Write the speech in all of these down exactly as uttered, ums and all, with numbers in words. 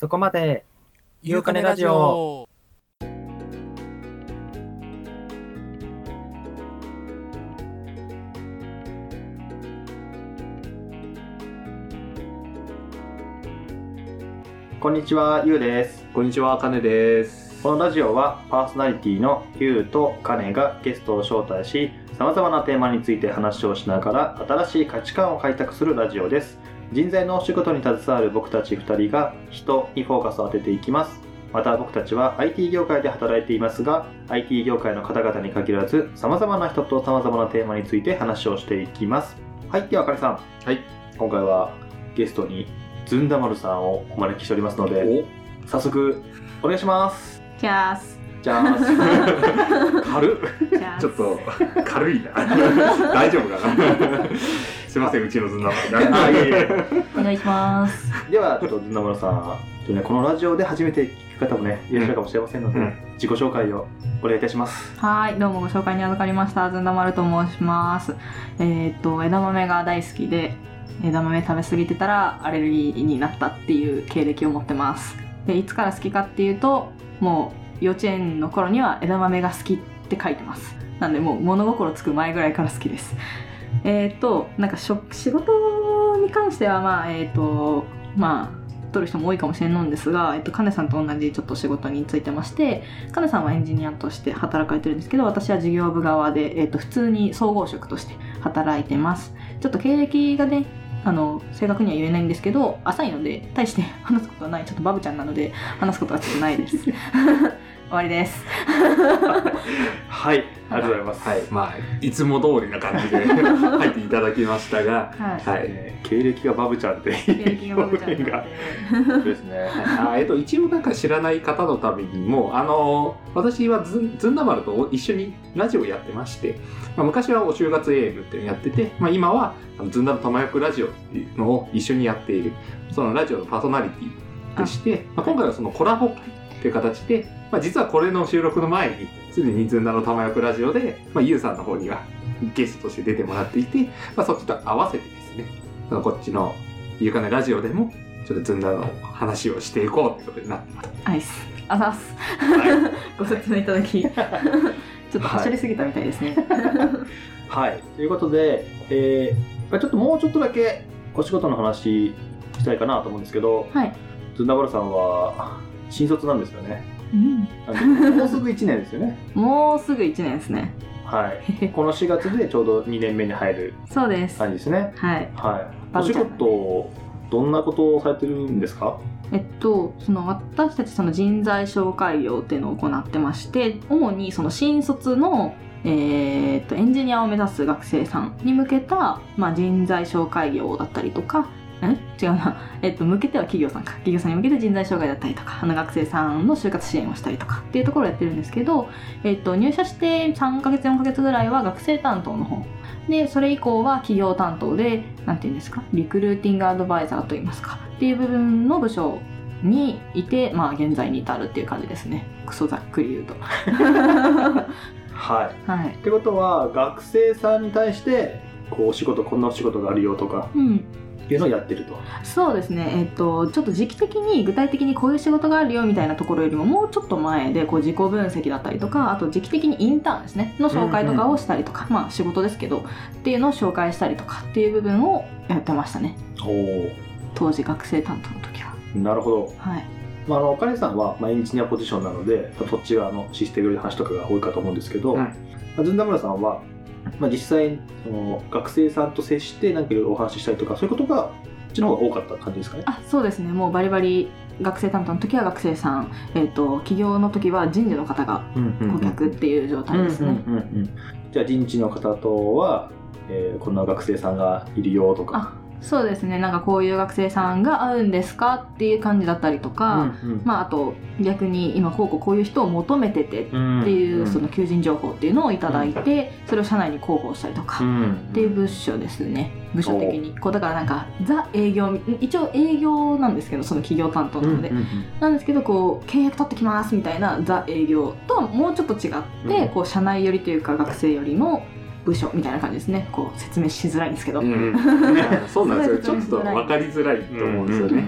そこまでゆうかねラジオ。 こんにちは、ゆうです。 こんにちは、かねです。 このラジオはパーソナリティのゆうとかねがゲストを招待し、さまざまなテーマについて話をしながら新しい価値観を開拓するラジオです。人材のお仕事に携わる僕たちふたりが人にフォーカスを当てていきます。また僕たちは アイティー 業界で働いていますが、 アイティー 業界の方々に限らずさまざまな人とさまざまなテーマについて話をしていきます。はい、ではかねさん、 はい、 今回はゲストにずんだまるさんをお招きしておりますので、早速お願いします。 じゃあすじゃあ軽っちょっと軽いな大丈夫かなすいません、うちのずんだまるあ、いえいえお願いします。 ではちょっとずんだまるさん、ちょっと、ね、このラジオで初めて聞く方もねいらっしゃるかもしれませんので、うん、自己紹介をお願いいたします。 はい、どうもご紹介に預かりましたずんだまると申します。えー、っと枝豆が大好きで、枝豆食べ過ぎてたらアレルギーになったっていう経歴を持ってます。でいつから好きかっていうと、もう幼稚園の頃には枝豆が好きって書いてます。なんでもう物心つく前ぐらいから好きです。えー、っとなんか仕事に関してはまあえー、っとまあ取る人も多いかもしれないんですが、えっと、かねさんと同じちょっと仕事についてまして、かねさんはエンジニアとして働かれてるんですけど、私は事業部側で、えっと、普通に総合職として働いてます。ちょっと経歴がねあの正確には言えないんですけど、浅いので大して話すことはない、ちょっとバブちゃんなので話すことはちょっとないです終わりですはい、ありがとうございます。 はい、まあいつも通りな感じで入っていただきましたが、 はいはいえー、経歴がバブちゃんって経歴がバブちゃんなんでそうですねあ、えっと、一応なんか知らない方のためにも、あの私はずずんだまると一緒にラジオやってまして、まあ、昔はお正月 エーエム っていうのをやってて、まあ、今はずんだのたまよくラジオっていうのを一緒にやっている、そのラジオのパーソナリティでして、まあ、今回はそのコラボ会という形で、まあ、実はこれの収録の前にすでにずんだのたまよくラジオで、まあ、ゆうさんの方にはゲストとして出てもらっていて、まあ、そっちと合わせてですね、そのこっちのゆうかねラジオでもちょっとずんだの話をしていこうということになってます。 アイスあざっす、はい、ご説明いただきちょっと走りすぎたみたいですねはい、はい、ということで、えー、ちょっともうちょっとだけお仕事の話したいかなと思うんですけど、 はい、 ずんだまるさんは新卒なんですよね、 うん、 なんでもうすぐいちねんですよねもうすぐいちねんですね。 はいこのしがつでちょうどにねんめに入るそうです感じですね。 はい、 はい、お仕事どんなことをされてるんですか？ えっと、その私たちその人材紹介業っていうのを行ってまして、主にその新卒の、えー、っとエンジニアを目指す学生さんに向けた、まあ、人材紹介業だったりとか、え違うな、えっと、向けては企業さんか企業さんに向けて人材紹介だったりとか、あの学生さんの就活支援をしたりとかっていうところをやってるんですけど、えっと、入社してさんかげつよんかげつぐらいは学生担当の方で、それ以降は企業担当で、なんていうんですか、リクルーティングアドバイザーといいますかっていう部分の部署にいて、まあ現在に至るっていう感じですね。クソざっくり言うとはい、 はい、 ってことは学生さんに対してこうお仕事こんなお仕事があるよとか、うん、っていうのをやってると。 そうですね、えっと、ちょっと時期的に具体的にこういう仕事があるよみたいなところよりももうちょっと前で、こう自己分析だったりとか、あと時期的にインターンですねの紹介とかをしたりとか、うんうん、まあ仕事ですけどっていうのを紹介したりとかっていう部分をやってましたね。 お当時学生担当の時は。 なるほど。 はい、 まあ、あのかねさんは、まあ、エンジニアポジションなのでそっち側のシステムの話とかが多いかと思うんですけど、うんまあ、ずんだまるさんは、まあ、実際その学生さんと接して何かいろいろお話ししたりとかそういうことがこっちの方が多かった感じですかね？ あ、そうですね、もうバリバリ学生担当の時は学生さん、えーと、企業の時は人事の方が顧客っていう状態ですね。 じゃあ人事の方とは、えー、こんな学生さんがいるよとか。 あ、そうですね、なんかこういう学生さんが合うんですかっていう感じだったりとか、うんうん、まあ、あと逆に今こうこうこういう人を求めててっていう、うん、その求人情報っていうのをいただいて、うん、それを社内に広報したりとかっていう部署ですね。部署的にこうだからなんかザ営業、一応営業なんですけど、その企業担当なので、うんうんうん、なんですけどこう契約取ってきますみたいなザ営業とはもうちょっと違って、うん、こう社内寄りというか学生寄りの部署みたいな感じですね。こう説明しづらいんですけど、うん、 そうなんですよちょっと分かりづらいと思うんですよね。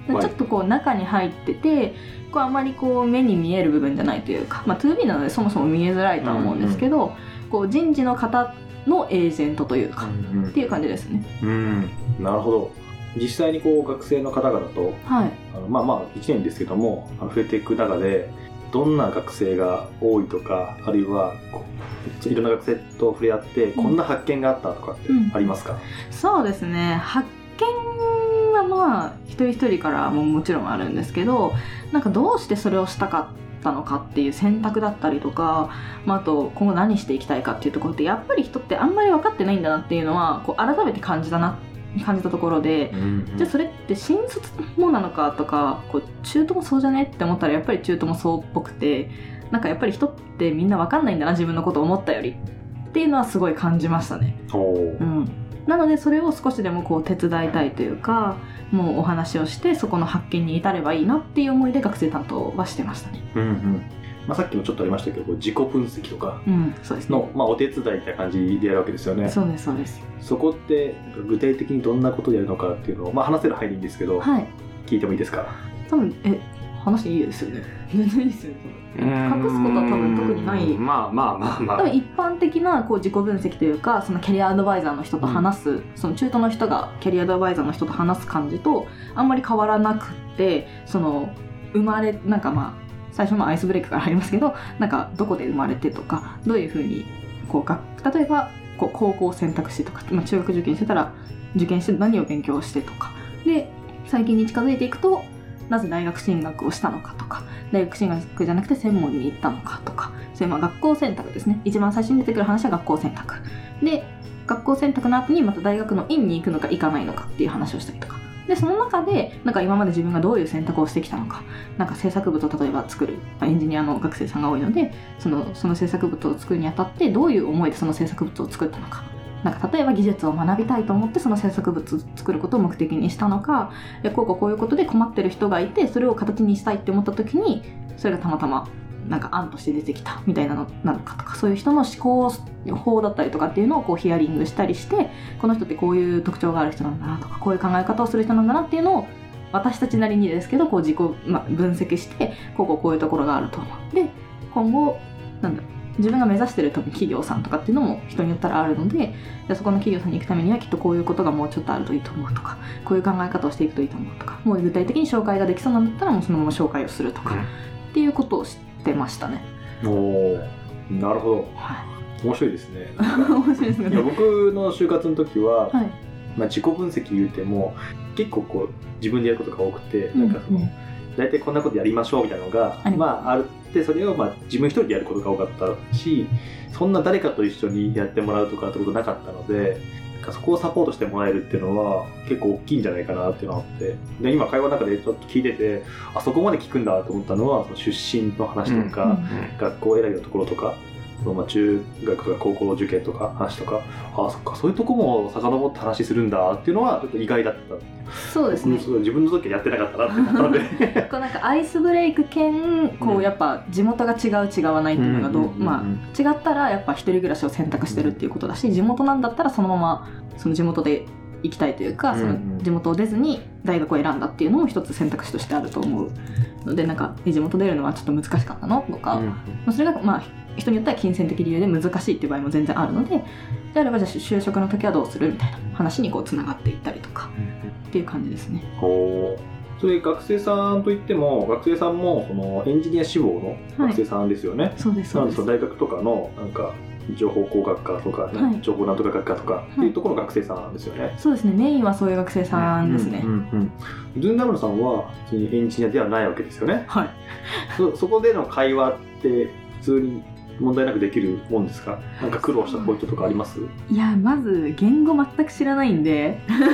ちょっとこう中に入っててこうあまりこう目に見える部分じゃないというか、まあ、ツービー なのでそもそも見えづらいとは思うんですけど、うんうん、こう人事の方のエージェントというか、うんうん、っていう感じですね。 うん、なるほど。実際にこう学生の方々と、はい、あのまあまあいちねんですけども増えていく中でどんな学生が多いとか、あるいはこういろんな学生と触れ合ってこんな発見があったとかってありますか？ うんうん、そうですね、発見はまあ一人一人からももちろんあるんですけど、なんかどうしてそれをしたかったのかっていう選択だったりとか、まあ、あと今後何していきたいかっていうところってやっぱり人ってあんまり分かってないんだなっていうのはこう改めて感じたな感じたところで、うんうん、じゃあそれって新卒もなのかとかこう中途もそうじゃねって思ったらやっぱり中途もそうっぽくて、なんかやっぱり人ってみんな分かんないんだな自分のことを思ったよりっていうのはすごい感じましたね。うん、なのでそれを少しでもこう手伝いたいというか、もうお話をしてそこの発見に至ればいいなっていう思いで学生担当はしてましたね。 うんうん、まあ、さっきもちょっとありましたけど自己分析とかの、 うんそうですね、 まあ、お手伝いみたいな感じでやるわけですよね。 そうですそうです。 そこって具体的にどんなことをやるのかっていうのを、まあ、話せる範囲でいいんですけど、はい、聞いてもいいですか？ 多分え話していいですよね。全然いいですよね。隠すことは多分特にない。 まあまあまあまあ。 多分一般的なこう自己分析というか、そのキャリアアドバイザーの人と話す、うん、その中途の人がキャリアアドバイザーの人と話す感じとあんまり変わらなくって、その生まれなんかまあ最初のアイスブレイクから入りますけど、なんかどこで生まれてとか、どういうふうにこうが例えばこう高校を選択してとか、まあ、中学受験してたら受験して何を勉強してとかで、最近に近づいていくとなぜ大学進学をしたのかとか、大学進学じゃなくて専門に行ったのかとか、そういうまあ学校選択ですね。一番最初に出てくる話は学校選択で、学校選択の後にまた大学の院に行くのか行かないのかっていう話をしたりとかで、その中でなんか今まで自分がどういう選択をしてきたのか、なんか制作物を例えば作る、まあ、エンジニアの学生さんが多いので、そのその制作物を作るにあたってどういう思いでその制作物を作ったのか、なんか例えば技術を学びたいと思ってその制作物を作ることを目的にしたのか、いやこうこうこういうことで困ってる人がいてそれを形にしたいって思った時にそれがたまたまなんか案として出てきたみたいなのなのかとか、そういう人の思考法だったりとかっていうのをこうヒアリングしたりして、この人ってこういう特徴がある人なんだなとか、こういう考え方をする人なんだなっていうのを私たちなりにですけどこう自己、まあ、分析して、こうこうこういうところがあると思う。で今後なんだろう、自分が目指してる多分企業さんとかっていうのも人によったらあるので、じゃそこの企業さんに行くためにはきっとこういうことがもうちょっとあるといいと思うとか、こういう考え方をしていくといいと思うとか、もう具体的に紹介ができそうなんだったらもうそのまま紹介をするとか、うん、っていうことをしてましたね。 おー、なるほど、はい、面白いですね。 面白いですね。 いや僕の就活の時は、はい、まあ、自己分析言うても結構こう自分でやることが多くて、うん、なんかその、うん、大体こんなことやりましょうみたいなのが、あまあ、あるってそれをまあ自分一人でやることが多かったし、そんな誰かと一緒にやってもらうとかってことなかったので、そこをサポートしてもらえるっていうのは結構大きいんじゃないかなっていうのがあって、で今会話の中でちょっと聞いてて、あそこまで聞くんだと思ったのは、その出身の話とか、うんうんうん、学校選びのところとか、そのまあ中学とか高校受験とか話とか、あそっかそういうとこも遡って話するんだっていうのはちょっと意外だった。 そうですね。 自分の時はやってなかったなって思ったのでこうなんかアイスブレイク兼こうやっぱ地元が違う違わないっていうのがどう、うんうんうんうん、まあ違ったらやっぱ一人暮らしを選択してるっていうことだし、地元なんだったらそのままその地元で行きたいというか、その地元を出ずに大学を選んだっていうのも一つ選択肢としてあると思うので、なんか地元出るのはちょっと難しかったのとか、うんうん、まあ、それがまあ人によっては金銭的理由で難しいっていう場合も全然あるので、であればじゃあ就職の時はどうするみたいな話にこうつながっていったりとかっていう感じですね。 ほう。それ学生さんといっても学生さんもそのエンジニア志望の学生さんですよね。はい、そうですそうです。なので大学とかのなんか情報工学科とか、ね、はい、情報なんとか学科とかっていうところの学生さんですよね。はい、 そうですね。メインはそういう学生さんですね。 うんうんうん、ズンダブルさんはエンジニアではないわけですよね。 はい。 そ, そこでの会話って普通に問題なくできるもんですか？なんか苦労したポイントとかあります？ いや、まず言語全く知らないんで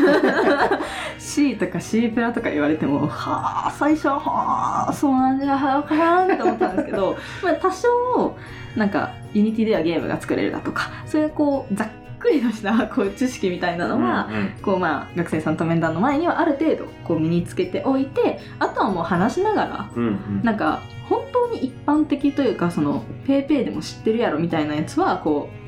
C とか C プラとか言われてもはあ最初はあそうなんじゃ分からんって思ったんですけどまあ多少なんかユニティではゲームが作れるだとか、そういうこうざっくりとしたこう知識みたいなのは、うんうん、こうまあ学生さんと面談の前にはある程度こう身につけておいて、あとはもう話しながら、うんうん、なんか本当に一般的というかそのペーペーでも知ってるやろみたいなやつはこ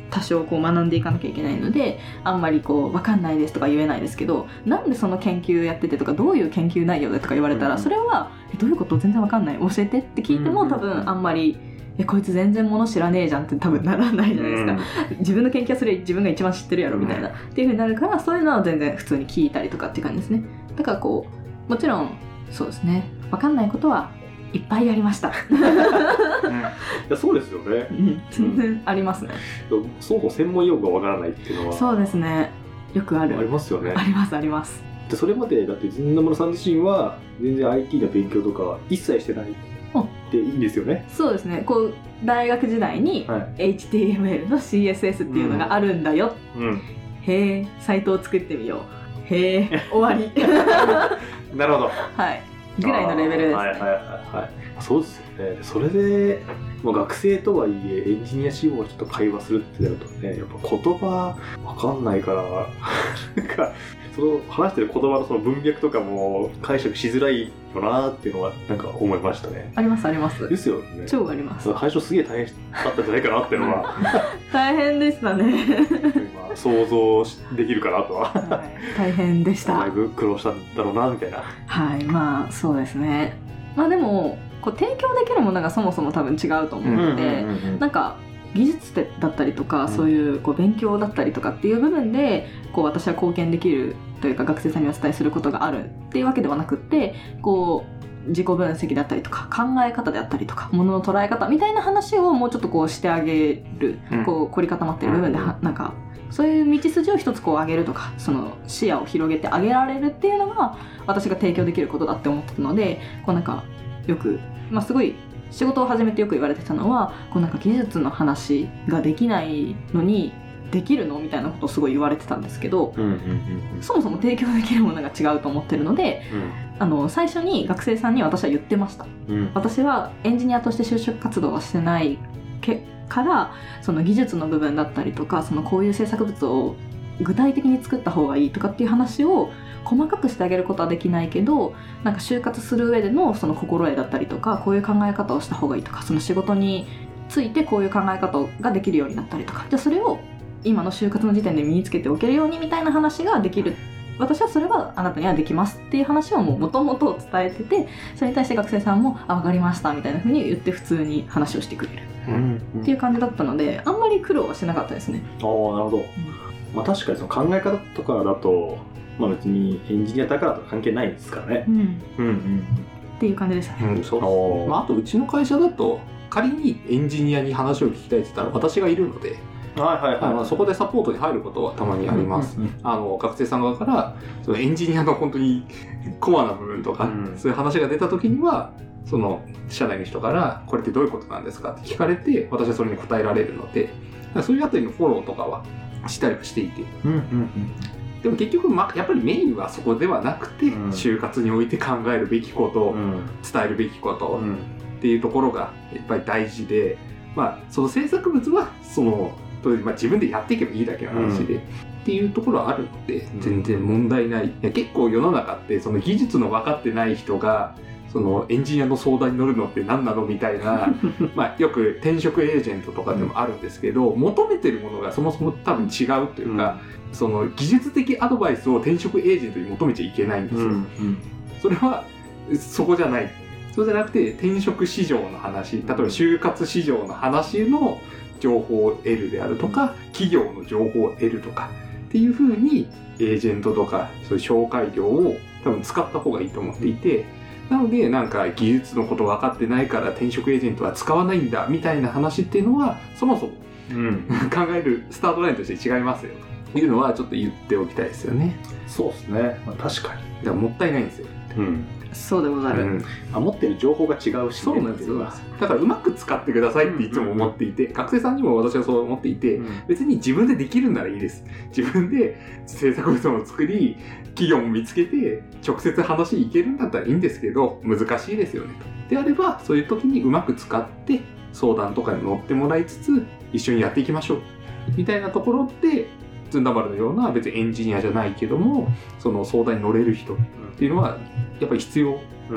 多少こう学んでいかなきゃいけないのであんまりこう分かんないですとか言えないですけど、なんでその研究やっててとかどういう研究内容でとか言われたら、うん、それはえどういうこと全然分かんない教えてって聞いても、多分あんまりえこいつ全然物知らねえじゃんって多分ならないじゃないですか、うん、自分の研究はそれ自分が一番知ってるやろみたいな、うん、っていう風になるから、そういうのは全然普通に聞いたりとかっていう感じですね。だからこうもちろんそうですね、分かんないことはいっぱいありました、うん、いやそうですよね、 うん、全然ありますね。 そうそう専門用語がわからないっていうのはそうですね、よくある。 ありますよね。 ありますあります。 でそれまでだってずんだまるさん自身は全然 アイティー の勉強とか一切してないっていいんですよね。 そうですね、こう大学時代に エイチティーエムエル の シーエスエス っていうのがあるんだよ、うんうん、へえサイトを作ってみよう、へえ終わりなるほど、 はいぐらいのレベルですね。はいはいはいはい、そうですよね。それでもう学生とはいえエンジニア志望ちょっと会話するってなるとね、やっぱ言葉わかんないからなんかその話してる言葉のその文脈とかも解釈しづらいよなっていうのはなんか思いましたね。 ありますあります。 ですよね。 超あります。 最初すげえ大変だったんじゃないかなっていうのは大変でしたね今想像できるかなとは、 はい、大変でした。 だいぶ苦労したんだろうなみたいな。 はい、まあそうですね。まあでもこう提供できるものがそもそも多分違うと思うので、なんか技術だったりとか、うん、そういうこう勉強だったりとかっていう部分でこう私は貢献できるというか学生さんにお伝えすることがあるっていうわけではなくって、こう自己分析だったりとか考え方であったりとか物の捉え方みたいな話をもうちょっとこうしてあげる、うん、こう凝り固まってる部分では、うん、なんかそういう道筋を一つこう上げるとか、その視野を広げてあげられるっていうのが私が提供できることだって思ってたので、こうなんかよく、まあ、すごい仕事を始めてよく言われてたのは、こうなんか技術の話ができないのにできるのみたいなことをすごい言われてたんですけど、うんうんうんうん、そもそも提供できるものが違うと思ってるので、うん、あの最初に学生さんに私は言ってました、うん、私はエンジニアとして就職活動はしてないけからその技術の部分だったりとか、そのこういう制作物を具体的に作った方がいいとかっていう話を細かくしてあげることはできないけど、なんか就活する上でのその心得だったりとか、こういう考え方をした方がいいとか、その仕事についてこういう考え方ができるようになったりとか、じゃあそれを今の就活の時点で身につけておけるようにみたいな話ができる、私はそれはあなたにはできますっていう話をもともと伝えてて、それに対して学生さんもあ分かりましたみたいな風に言って普通に話をしてくれる、うんうん、っていう感じだったので、あんまり苦労はしなかったですね。 ああなるほど、うん、まあ、確かにその考え方とかだと、まあ、別にエンジニアだからとか関係ないですからね、うんうんうん、 っていう感じでしたね、 うん、そうですね。まあ、あとうちの会社だと仮にエンジニアに話を聞きたいって言ったら私がいるので、はいはいはい、まあ、そこでサポートに入ることはたまにあります、うんうんうん、あの学生さん側からそのエンジニアの本当にコアな部分とか、うん、そういう話が出た時にはその社内の人からこれってどういうことなんですかって聞かれて、私はそれに答えられるので、そういうあたりのフォローとかはしたりはしていて、うんうんうん、でも結局、ま、やっぱりメインはそこではなくて、うん、就活において考えるべきこと、うん、伝えるべきこと、うん、っていうところがやっぱり大事で、まあ、その制作物はそのまあ、自分でやっていけばいいだけの話で、うん、っていうところはあるので全然問題ない。いや結構世の中ってその技術の分かってない人がそのエンジニアの相談に乗るのって何なのみたいなまあよく転職エージェントとかでもあるんですけど、求めてるものがそもそも多分違うというか、うん、その技術的アドバイスを転職エージェントに求めちゃいけないんですよ、うんうん、それはそこじゃない。そうじゃなくて転職市場の話、例えば就活市場の話の情報を得るであるとか、企業の情報を得るとかっていう風にエージェントとかそういう紹介料を多分使った方がいいと思っていて、なのでなんか技術のこと分かってないから転職エージェントは使わないんだみたいな話っていうのはそもそも、うん、考えるスタートラインとして違いますよというのはちょっと言っておきたいですよね。 そうですね、まあ、確かにだからもったいないんですよ、うん、 そうでござる、うん、 あ持ってる情報が違うし、ね、 そうなんですよ。だからうまく使ってくださいっていつも思っていて、うんうんうん、学生さんにも私はそう思っていて、うん、別に自分でできるならいいです。自分で制作物を作り企業も見つけて直接話いけるんだったらいいんですけど、難しいですよねと。であればそういう時にうまく使って相談とかに乗ってもらいつつ一緒にやっていきましょうみたいなところってずんだ丸のような別にエンジニアじゃないけどもその相談に乗れる人っていうのはやっぱり必要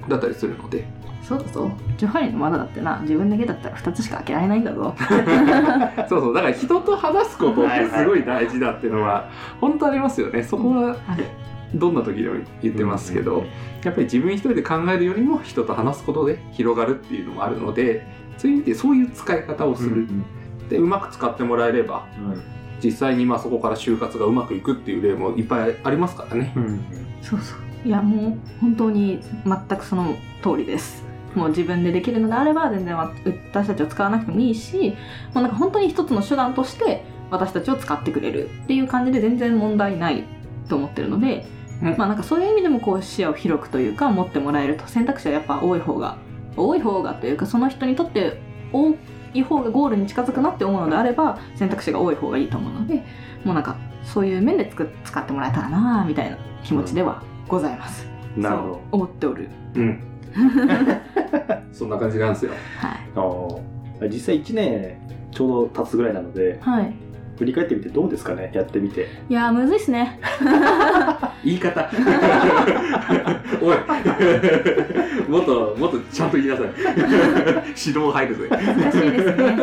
だったりするので。 そうだぞ、じゅうはりの窓だってな、自分だけだったらふたつしか開けられないんだぞそうそう、だから人と話すことってすごい大事だっていうのは本当ありますよね。そこはどんな時でも言ってますけど、やっぱり自分一人で考えるよりも人と話すことで広がるっていうのもあるので、そういう意味でそういう使い方をする、うん、でうまく使ってもらえれば、うん、実際にまあそこから就活がうまくいくっていう例もいっぱいありますからね、うん、 そうそう、いやもう本当に全くその通りです。もう自分でできるのであれば全然私たちを使わなくてもいいし、もうなんか本当に一つの手段として私たちを使ってくれるっていう感じで全然問題ないと思ってるので、うん、まあなんかそういう意味でもこう視野を広くというか持ってもらえると、選択肢はやっぱ多い方が多い方がというか、その人にとって多い方がゴールに近づくなって思うのであれば選択肢が多い方がいいと思うので、もうなんかそういう面でつく使ってもらえたらなみたいな気持ちではございます、 うん、なるほど、 そう思っておる、 うんそんな感じなんですよ。 はい。 あ、実際いちねんちょうど経つぐらいなので、 はい、 振り返ってみてどうですかね、やってみて。 いやーむずいっすね言い方おいもっともっとちゃんと言いなさい指導入るぜ。 難しいですね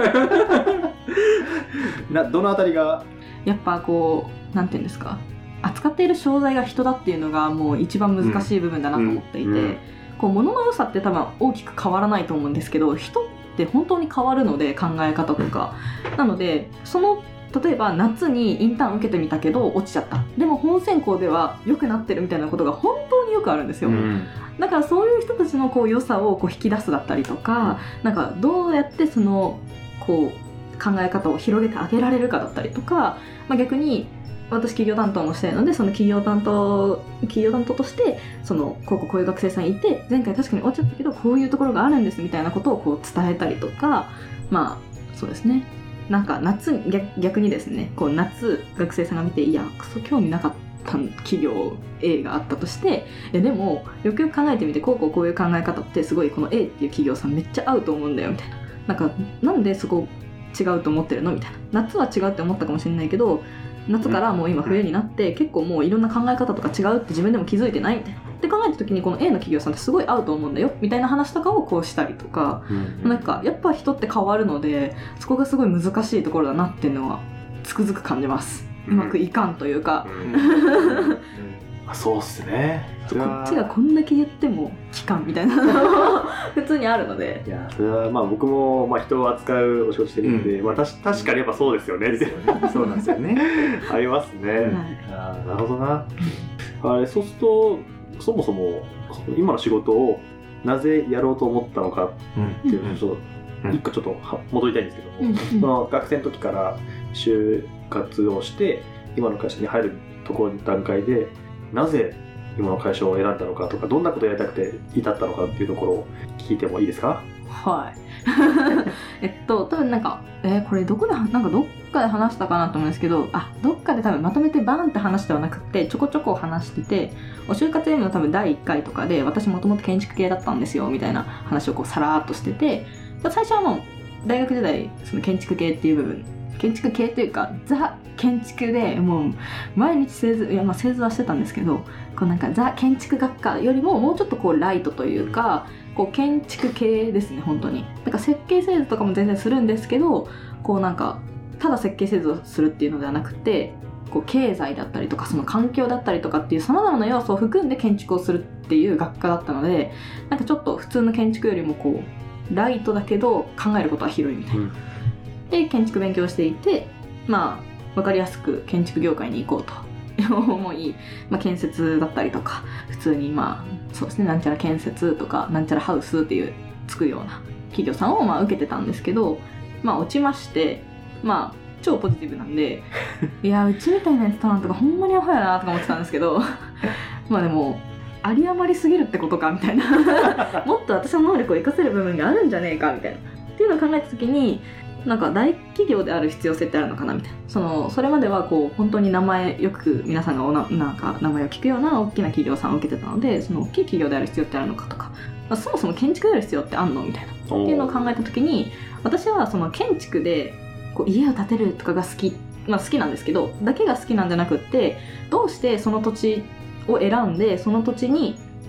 な、どのあたりがやっぱこうなんていうんですか、扱っている商材が人だっていうのがもう一番難しい部分だなと思っていて、うんうんうん、こう物の良さって多分大きく変わらないと思うんですけど、人って本当に変わるので、考え方とかなので、その例えば夏にインターン受けてみたけど落ちちゃった、でも本選考では良くなってるみたいなことが本当によくあるんですよ、うん、だからそういう人たちのこう良さをこう引き出すだったりとか、うん、なんかどうやってそのこう考え方を広げてあげられるかだったりとか、まあ、逆に私企業担当もしてるので、その企業担当企業担当としてそのこうこうこういう学生さんいて、前回確かに落ちちゃったけどこういうところがあるんですみたいなことをこう伝えたりとか、まあそうですね、なんか夏に 逆, 逆にですね、こう夏学生さんが見て、いやクソ興味なかった企業 A があったとして、えでもよくよく考えてみて、こうこうこういう考え方ってすごいこの A っていう企業さんめっちゃ合うと思うんだよみたいな、なんかなんでそこ違うと思ってるのみたいな、夏は違うって思ったかもしれないけど、夏からもう今冬になって結構もういろんな考え方とか違うって自分でも気づいてないみたいなって考えた時に、この A の企業さんってすごい合うと思うんだよみたいな話とかをこうしたりとか、うん、なんかやっぱ人って変わるので、そこがすごい難しいところだなっていうのはつくづく感じます、うん、うまくいかんというか、うんうん、 そうっすね、 こっちがこんだけ言っても期間みたいな普通にあるので、 いやそれはまあ僕もまあ人を扱うお仕事してるんで、うん、まあ、確かにやっぱそうですよねってそうなんですよねありますね、はい、あ、なるほどな。あれ、そうするとそもそも今の仕事をなぜやろうと思ったのかっていうのをちょっと一個ちょっと戻りたいんですけども、うん、その学生の時から就活をして今の会社に入るところの段階でなぜ今の会社を選んだのかとか、どんなことをやりたくて至ったのかっていうところを聞いてもいいですか？ はいえっと多分なんか、えー、これどこでなんかどっかで話したかなと思うんですけど、あどっかで多分まとめてバーンって話ではなくてちょこちょこ話してて、お就活 M の多分だいいっかいとかで、私もともと建築系だったんですよみたいな話をこうさらーっとしてて、最初はもう大学時代その建築系っていう部分、建築系というかザ建築でもう毎日製図、いやまあ製図はしてたんですけど、こうなんかザ建築学科よりももうちょっとこうライトというか、こう建築系ですね本当に。だから設計製図とかも全然するんですけど、こうなんかただ設計製図をするっていうのではなくて、こう経済だったりとかその環境だったりとかっていうさまざまな要素を含んで建築をするっていう学科だったので、なんかちょっと普通の建築よりもこうライトだけど考えることは広いみたいな、うん、で建築勉強していて、まあ分かりやすく建築業界に行こうと思い、まあ、建設だったりとか普通にまあそうですね、なんちゃら建設とかなんちゃらハウスっていうつくような企業さんをまあ受けてたんですけど、まあ落ちまして、まあ超ポジティブなんでいやうちみたいなやつとなんとかほんまにアホやなとか思ってたんですけどまあでも有り余りすぎるってことかみたいなもっと私の能力を生かせる部分があるんじゃねえかみたいなっていうのを考えた時に、なんか大企業である必要性ってあるのかなみたいな、そのそれまではこう本当に名前よく皆さんがおななんか名前を聞くような大きな企業さんを受けてたので、その大きい企業である必要ってあるのかとか、まあ、そもそも建築である必要ってあんのみたいなっていうのを考えた時に、私はその建築でこう家を建てるとかが好き、まあ好きなんですけどだけが好きなんじゃなくって、どうしてその土地を選んでその土地に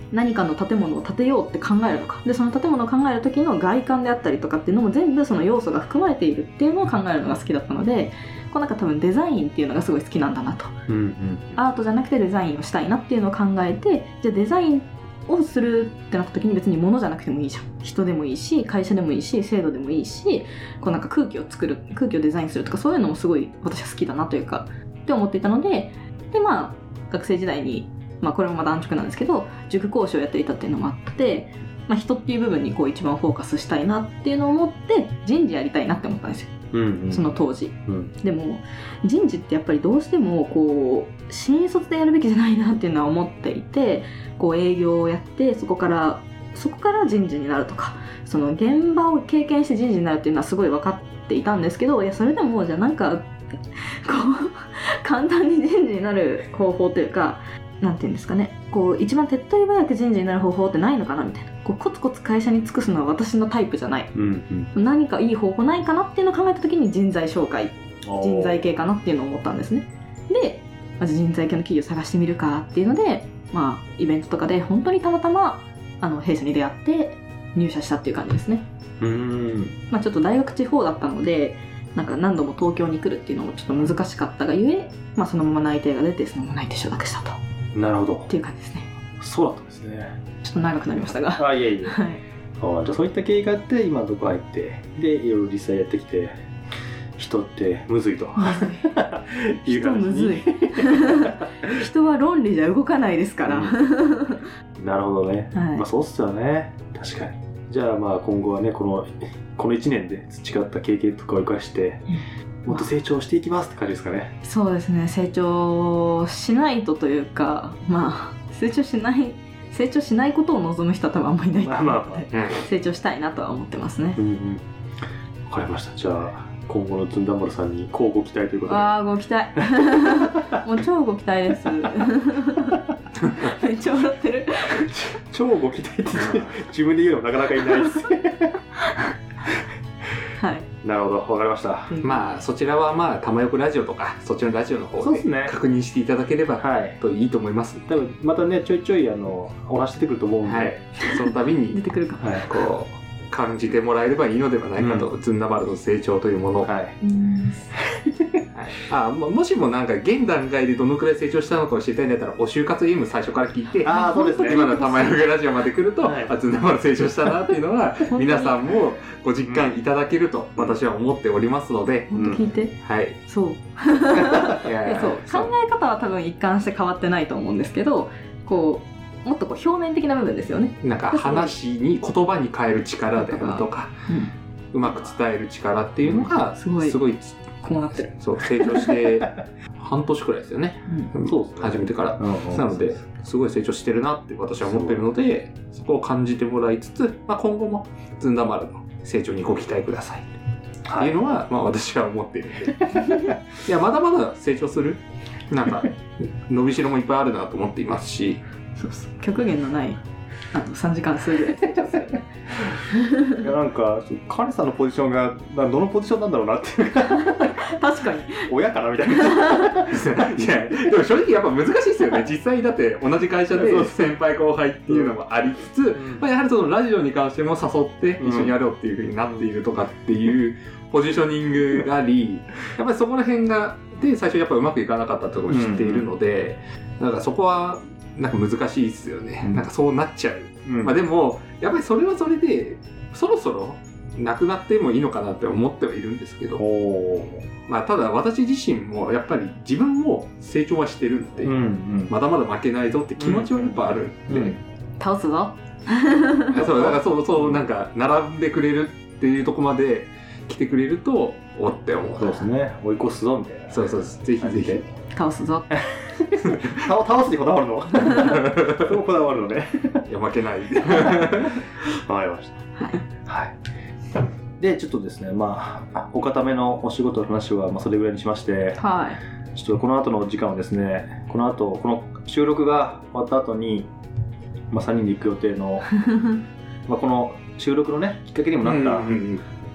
何かの建物を建てようって考えるのか、でその建物を考える時の外観であったりとかっていうのも全部その要素が含まれているっていうのを考えるのが好きだったので、こうなんか多分デザインっていうのがすごい好きなんだなと、 うんうん、 アートじゃなくてデザインをしたいなっていうのを考えて、じゃあデザインをするってなった時に別に物じゃなくてもいいじゃん、人でもいいし会社でもいいし制度でもいいし、こうなんか空気を作る空気をデザインするとかそういうのもすごい私は好きだなというかって思っていたので、でまあ学生時代に、まあ、これもまた安直なんですけど塾講師をやっていたっていうのもあって、まあ、人っていう部分にこう一番フォーカスしたいなっていうのを思って人事やりたいなって思ったんですよ、うんうん、その当時、うん、でも人事ってやっぱりどうしてもこう新卒でやるべきじゃないなっていうのは思っていて、こう営業をやってそこからそこから人事になるとか、その現場を経験して人事になるっていうのはすごい分かっていたんですけど、いやそれでもじゃあなんかこう簡単に人事になる方法というか、なんていうんですかね、こう一番手っ取り早く人事になる方法ってないのかなみたいな、こうコツコツ会社に尽くすのは私のタイプじゃない、うんうん、何かいい方法ないかなっていうのを考えた時に人材紹介人材系かなっていうのを思ったんですね。でまず人材系の企業を探してみるかっていうので、まあイベントとかで本当にたまたまあの弊社に出会って入社したっていう感じですね。うーん、まあ、ちょっと大学地方だったのでなんか何度も東京に来るっていうのもちょっと難しかったがゆえ、まあ、そのまま内定が出てそのまま内定承諾したと。 なるほどっていう感じですね。 そうだったんですね。 ちょっと長くなりましたがあいえいえ、はい、あじゃあそういった経緯があって今のとこ入ってでいろいろ実際やってきて、人ってむずいという人むずい人は論理じゃ動かないですから、うん、 なるほどね、はい、まあそうっすよね。確かに。じゃあまあ今後はねこのこのいちねんで培った経験とかを生かして、うん、もっと成長していきますって感じですかね。 そうですね、成長しないとというか、まあ成長しない成長しないことを望む人は多分あんまりいないと思うので、まあまあまあ、成長したいなとは思ってますね。うんうん、 わかりました。じゃあ今後のずんだ丸さんにこうご期待ということで。 ああご期待もう超ご期待ですめっちゃ笑ってる超ご期待って自分で言うのなかなかいないですはい、なるほど、わかりました。 まあそちらはまあ玉よくラジオとかそっちのラジオの方で確認していただければといいと思います。 多分またねちょいちょいあのお話出てくると思うんで、はい、 その度に出てくるかも、 はい、こう感じてもらえればいいのではないかと、うん、ずんだ丸の成長というものを、はいはい、あもしもなんか現段階でどのくらい成長したのかを知りたいんだったらお就活ゲーム最初から聞いて、 あそうですね、 今の玉よくラジオまで来ると、はい、あずんだ丸成長したなっていうのは皆さんもご実感いただけると私は思っておりますので、 本当聞いて、 うん、はいそういやいやそう考え方は多分一貫して変わってないと思うんですけど、こうもっとこう表面的な部分ですよね。 なんか話に言葉に変える力であるとか、うん、うまく伝える力っていうのがすごい、すごいこうなってる。 そう成長して半年くらいですよね。うん、そうですね、始めてから、うん、なのですごい成長してるなって私は思ってるので、そこを感じてもらいつつ、まあ、今後もずんだ丸の成長にご期待くださいっていうのは、はい、まあ、私は思っているのでいやまだまだ成長するなんか伸びしろもいっぱいあるなと思っていますし、 そうそう極限のないあとさんじかん数ぐらい成長するねいやなんかカネさんのポジションがどのポジションなんだろうなっていうか確かに親かなみたいないやでも正直やっぱ難しいですよね実際だって同じ会社で先輩後輩っていうのもありつつ、うんまあ、やはりそのラジオに関しても誘って一緒にやろうっていう風になっているとかっていうポジショニングがあり、やっぱりそこら辺がで最初やっぱうまくいかなかったところを知っているので、うん、なんかそこはなんか難しいですよね、うん、なんかそうなっちゃう、うんまあ、でもやっぱりそれはそれでそろそろなくなってもいいのかなって思ってはいるんですけど、まあ、ただ私自身もやっぱり自分も成長はしてるんで、うんうん、まだまだ負けないぞって気持ちはやっぱあるんで、うんうん、 倒すぞそうだからそうそうなんか並んでくれるっていうとこまで来てくれるとおって思う。 そうですね、追い越すぞみたいな。 そうそうぜひぜひ倒すぞ倒すにこだわるのそうこだわるのねいや負けないわかりましたはい、はい、でちょっとですねまあお固めのお仕事の話はまあそれぐらいにしまして、はい、ちょっとこの後の時間はですねこの後この収録が終わった後に、まあ、さんにんで行く予定のまあこの収録のねきっかけにもなった、うんうんうん、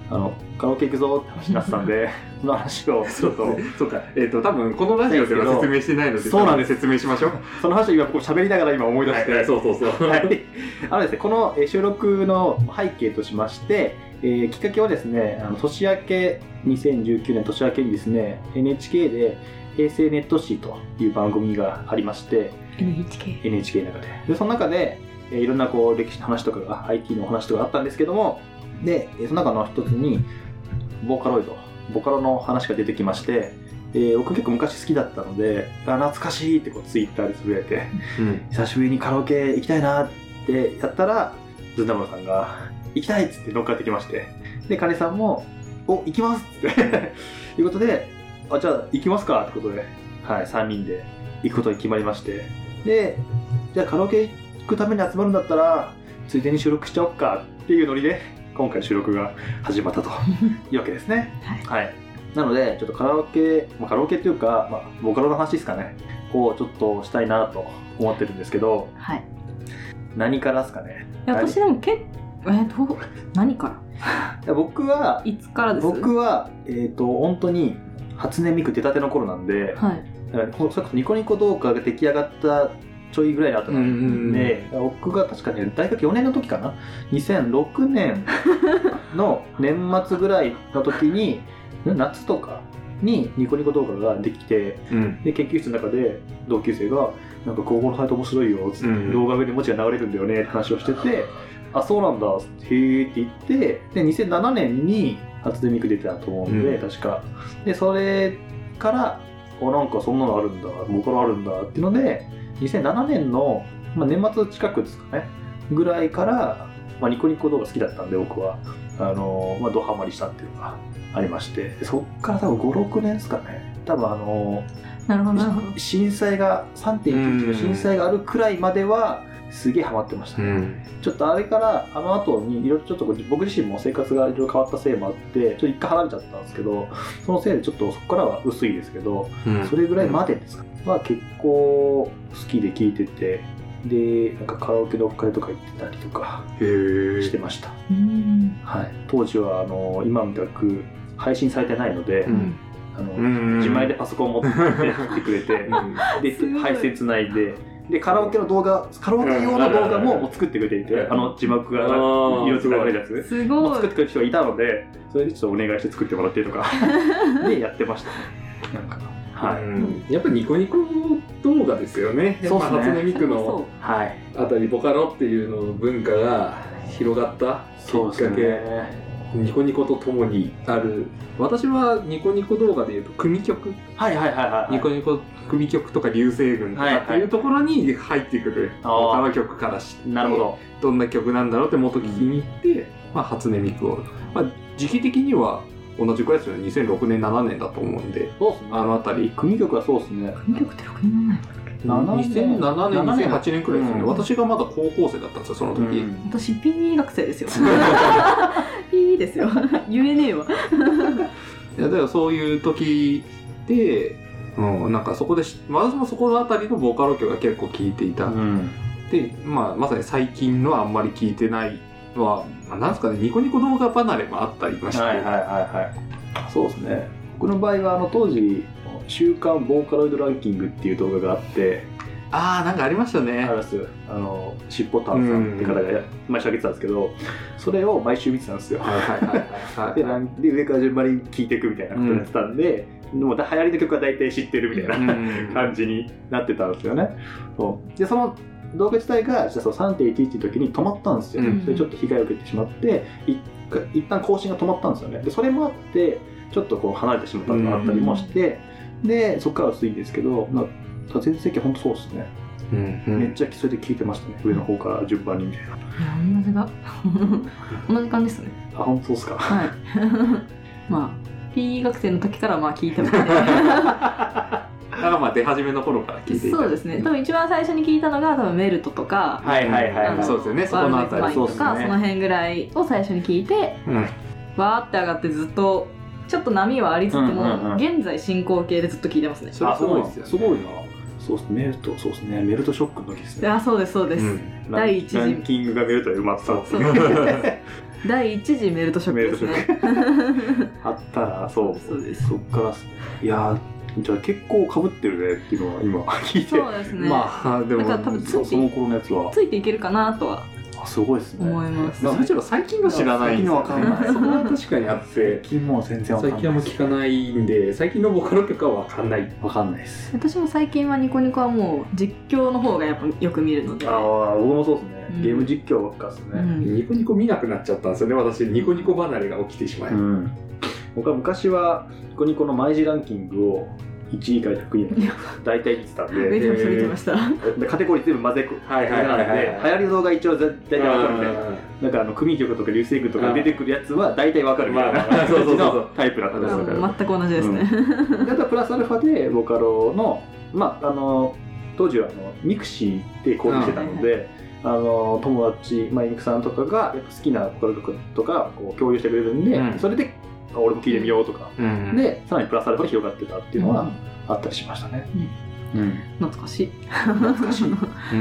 あのカラオケ行くぞって話になってたんでその話をちょっとそうか、えっ、ー、と多分このラジオでは説明してないので、 そうなんです、 説明しましょう。 その話を今ここ喋りながら今思い出して、 はい、そうそうそうはい、あのですね、この収録の背景としまして、えー、きっかけはですね、あの年明けにせんじゅうきゅうねん年明けにですね エヌエイチケー で平成ネット誌という番組がありましてエヌエイチケーエヌエイチケー の中ででその中で、えー、いろんなこう歴史の話とかが アイティー の話とかあったんですけども、でその中の一つにボーカロイドボカロの話が出てきまして、えー、僕結構昔好きだったのであ懐かしいってこうツイッターでつぶやいて、うん、久しぶりにカラオケ行きたいなってやったらずんだまるさんが行きたいっつって乗っかってきまして、で金さんもお行きますっていうことで、あじゃあ行きますかってことで、はい、さんにんで行くことに決まりまして、でじゃあカラオケ行くために集まるんだったらついでに収録しちゃおっかっていうノリで今回収録が始まったというわけですね。はい、はい、なのでちょっとカラオケ、まあ、カラオケっていうか、まあ、ボカロの話ですかねをちょっとしたいなと思ってるんですけど、 はい、 何からですかね。 いや私でも結構えー、どう何からいや僕はいつからです僕は、えー、と本当に初音ミク出たての頃なんで、 はい、 だからそれこそニコニコ動画が出来上がったちょいぐらいの後なんで、僕が確かね大学よねんの時かなにせんろくねんの年末ぐらいの時に夏とかにニコニコ動画ができて、うん、で研究室の中で同級生がなんか高校のサイト面白いよっつって、うん、動画上に文字が流れるんだよねって話をしてて、あそうなんだへーって言って、でにせんななねんに初音ミク出てたと思うんで、うん、確かでそれからおなんかそんなのあるんだボカロあるんだっていうのでにせんななねんの、まあ、年末近くですかねぐらいから、まあ、ニコニコ動画好きだったんで僕はあの、まあ、ドハマりしたっていうのがありまして、そっから多分ごろくねんですかね多分あのなるほどなるほど震災が さんてんいちいち の震災があるくらいまではすげえハマってましたね、うん、ちょっとあれからあの後にいろいろちょっと僕自身も生活がいろいろ変わったせいもあってちょっと一回離れちゃったんですけど、そのせいでちょっとそこからは薄いですけど、うん、それぐらいまでですか、うん、は結構好きで聴いてて、でなんかカラオケのオフ会とか行ってたりとかしてました。うんはい、当時はあの今みたく配信されてないので、うんあのうん、自前でパソコン持ってきてくれて、うん、で配線つないででカラオケの動画カラオケ用の動画も作ってくれていて、うん、あの字幕が色つながるやつすごい作ってくれる人がいたので、それでちょっとお願いして作ってもらってとかでやってましたね。なんかはい、うん、 やっぱりニコニコ動画ですよね。やっぱ初音ミクのあたりボカロっていうの文化が広がったきっかけ。ニコニコとともにある。私はニコニコ動画でいうと組曲、 はいはいはいはい、 ニコニコ組曲とか流星群とかっていうところに入ってくるボカロ曲からして、 なるほど、 どんな曲なんだろうって元聞きに行って、うんまあ、初音ミクを、まあ、時期的には同じくらいですよね。にせんろくねんななねんだと思うんで、 そうっすね、 あのあたり組曲はそうですね。 組曲ってろくねんまえにせんななねん、にせんはちねんくらいですよね、うん、私がまだ高校生だったんですよ、その時、うん、 私 ピー 学生ですよピー ですよ言えねえわいやだからそういう時で、うん、なんかそこで私もそこのあたりのボーカロ曲が結構聴いていた、うん、で、まあ、まさに最近のはあんまり聴いてないのは、まあ、なんですかね、ニコニコ動画離れもあったりまして、 はいはいはいはい、そうですね。僕の場合はあの当時週刊ボーカロイドランキングっていう動画があって、 ああなんかありましたね。 あります。あのしっぽたんさんって方が毎週上げてたんですけど、それを毎週見てたんですよ。はいはいはいはい。で、で上から順番に聴いていくみたいなことをやってたんで、うん、でも流行りの曲は大体知ってるみたいな、うん、感じになってたんですよね。そうでその動画自体がその さんてんいちいち の時に止まったんですよ。うん、それちょっと被害を受けてしまって、い一旦更新が止まったんですよね。でそれもあってちょっとこう離れてしまったのがあったりもして、うん、でそこからは薄いんですけど、まあ全盛期は本当そうですね、うんうん、めっちゃそれで聞いてましたね、上の方から順番にみたいな。 いや同じだ同じ感じですね。 あ本当ですか。 はいまあ ピー 学生の時からまあ聞いてますねだからまあ出始めの頃から聞いていた。 そうですね。多分一番最初に聞いたのが多分メルトとか、 はいはいはい、 そうですよね。そこのあたりとか、ね、その辺ぐらいを最初に聞いて、うん、わーって上がってずっとちょっと波はありつつも、うんうんうん、現在進行形でずっと聞いてますね。 それすごいですよ、ね、すごいな。そうですね、メルト、そうですね、メルトショックの時ですね。 あ、そうですそうです。うん、第一次ランキングがメルトで埋まった。そうそう第一次メルトショックですね。 あったらそうそうです。 そっからいやじゃあ結構被ってるねっていうのは今聞いて、 そうですね。 まあでもだから多分ついてその頃のやつはついていけるかなとはあすごいですね思います。 まあ、もちろん最近の知らないんですよ、ね、 最近のわかんないそれは確かにあって最近もう全然わかんない最近はもう聞かないんで最近のボカロ曲はわかんないわかんないです私も最近はニコニコはもう実況の方がやっぱよく見るので、 ああ僕もそうですね、 うん、 ゲーム実況ばっかですね、 うん、 ニコニコ見なくなっちゃったんですよね私ニコニコ離れが起きてしまい、 うん、僕は昔はニコニコの毎時ランキングをいちいからひゃくい大体見てたんで見てました見てましたカテゴリー全部混ぜ込んで流行りの動画一応大体分かるんでなんかあの組曲とか流星群とか出てくるやつは大体分かるみたいな感じのタイプだったんですよ、 全く同じですね、 うん、あとはプラスアルファでボカロのまああの当時はあのミクシーで購入してたのであの友達マイミクさんとかがやっぱ好きなボカロ曲とかこう共有してくれるんで、うん、それで俺も聴いてみようとか、うん、でさらにプラスアルファで広がってたっていうのはあったりしましたね、 うんうん、懐かしい懐かしい、うん、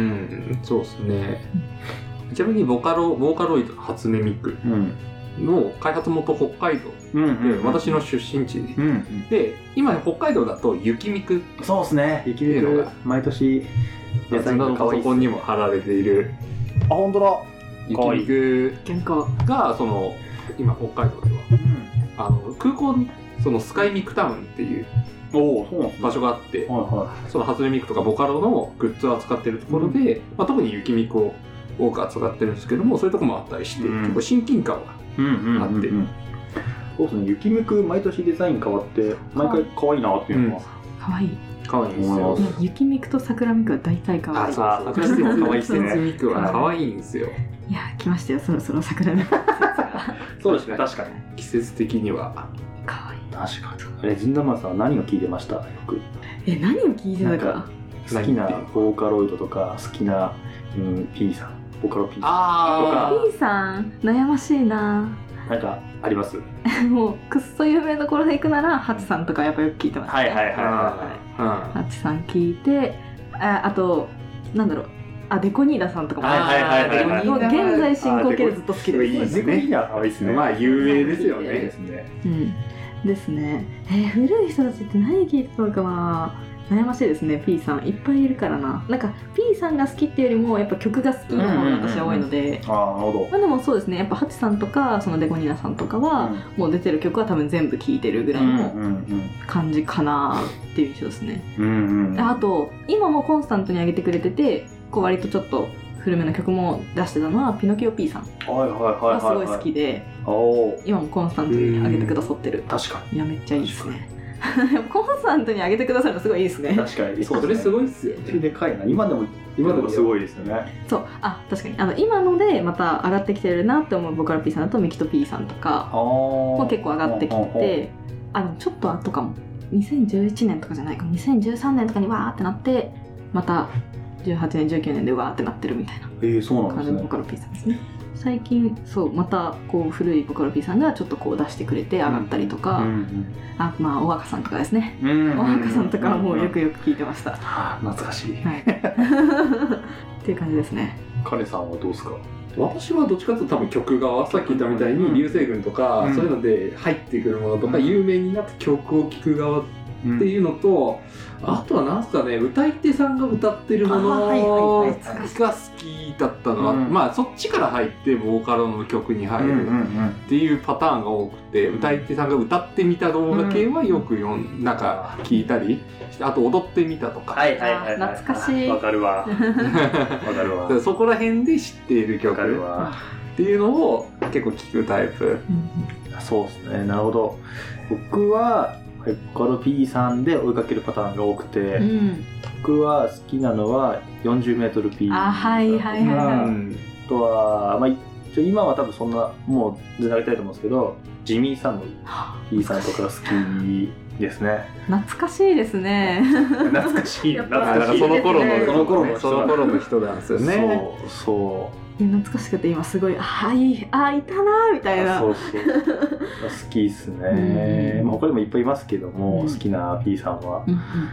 そうですねちなみにボカロボーカロイド初音ミクの開発元北海道で、うん、私の出身地で、うん、で今北海道だと雪ミクそうですね雪ミク毎年デザインのパソコンにも貼られているあ本当だ雪ミクがその今北海道では、うん、あの空港にそのスカイミクタウンっていう場所があって、はいはい、その初音ミクとかボカロのグッズを扱っているところで、うんまあ、特に雪ミクを多く扱ってるんですけどもそういうところもあったりして、うん、結構親近感があって、 そうですね雪ミク毎年デザイン変わって毎回可愛いなっていうのは、 うん、可愛い可愛いんですよ雪ミクと桜ミクは大体可愛いあそう桜ミクも可愛いですねミクは可愛いんですよいや来ましたよそろそろ桜ミクそうですね確かに季節的には可愛い確かにあれずんだまさんは何を聞いてましたよくえ何を聞いてたか好きなボーカロイドとか好きな、うん、P さんボカロ P さんとか P さん悩ましいななんかありますもうくっそ有名どころで行くならハチさんとかやっぱよく聞いてますねはいはいはいはいハチさん聞いて あ, あとなんだろうあデコニーダさんとかも、 はいはいはいはい、 もう現在進行形でずっと好きです。 いいですね。デコニーダはいいですね。 まあ有名ですよね。 ですね。 うんですね。えー、古い人たちって何聞いてたのかな。悩ましいですね。P さんいっぱいいるからな。なんか P さんが好きっていうよりもやっぱ曲が好きな方が私は多いので。 ああなるほど。 まあでもそうですね。やっぱハチさんとかそのデコニーダさんとかは、うん、もう出てる曲は多分全部聴いてるぐらいの感じかなっていう印象ですね。うんうん、あと今もコンスタントに上げてくれてて、こう割とちょっと古めの曲も出してたのはピノキオ P さんがすごい好きで、今もコンスタントに上げてくださってる。 確かに。 いやめっちゃいいですね。コンスタントに上げてくださるのすごいいいですね。 確かに。 そうそれすごいっすよね。 でかいな。今でも今でもすごいですよね。 そうあ確かにあの今のでまた上がってきてるなって思うボカロ P さんだとミキト P さんとかも結構上がってきて、あのちょっと後かもにせんじゅういちねんとかじゃないかもにせんじゅうさんねんとかにわーってなってまたじゅうはちねんじゅうきゅうねんでわーってなってるみたいな感じのボカロ P さんですね。最近そうまたこう古いボカロ P さんがちょっとこう出してくれて上がったりとか、うんうん、あまあお若さんとかですね、うんうん、お若さんとかはもうよくよく聞いてました、うんうん、 はあ、懐かしい、 はい、っていう感じですね。 カネさんはどうですか？ 私はどっちかというと多分曲がさっき言ったみたいに流星群とか、うん、そういうので入ってくるものとか、うん、有名になって曲を聴く側っていうのと、うん、あとはなんすかね歌い手さんが歌ってるものが好きだったのは、うん、まあそっちから入ってボーカルの曲に入るっていうパターンが多くて、歌い手さんが歌ってみた動画系はよく読んなんか聞いたりあと踊ってみたとか、 はいはいはいはい、 懐かしい。 わかるわわかるわそこら辺で知っている曲っていうのを結構聞くタイプ、 うん、そうですね。なるほど。僕はボカロ P さんで追いかけるパターンが多くて、うん、僕は好きなのは よんじゅうメートル P あはいはいはいはい、うん、 あとは、まあ、今は多分そんなもう全然あげたいと思うんですけどジミーさんの P さんとか好きですね。 懐かしいですね。 懐かしい懐かしいその頃のその頃のその頃の人なんですよね。 そうそう懐かしくて今すごいあいあいたなみたいな。 そうそう好きですね、まあ、他にもいっぱいいますけども、うん、好きな P さんは、うんうん、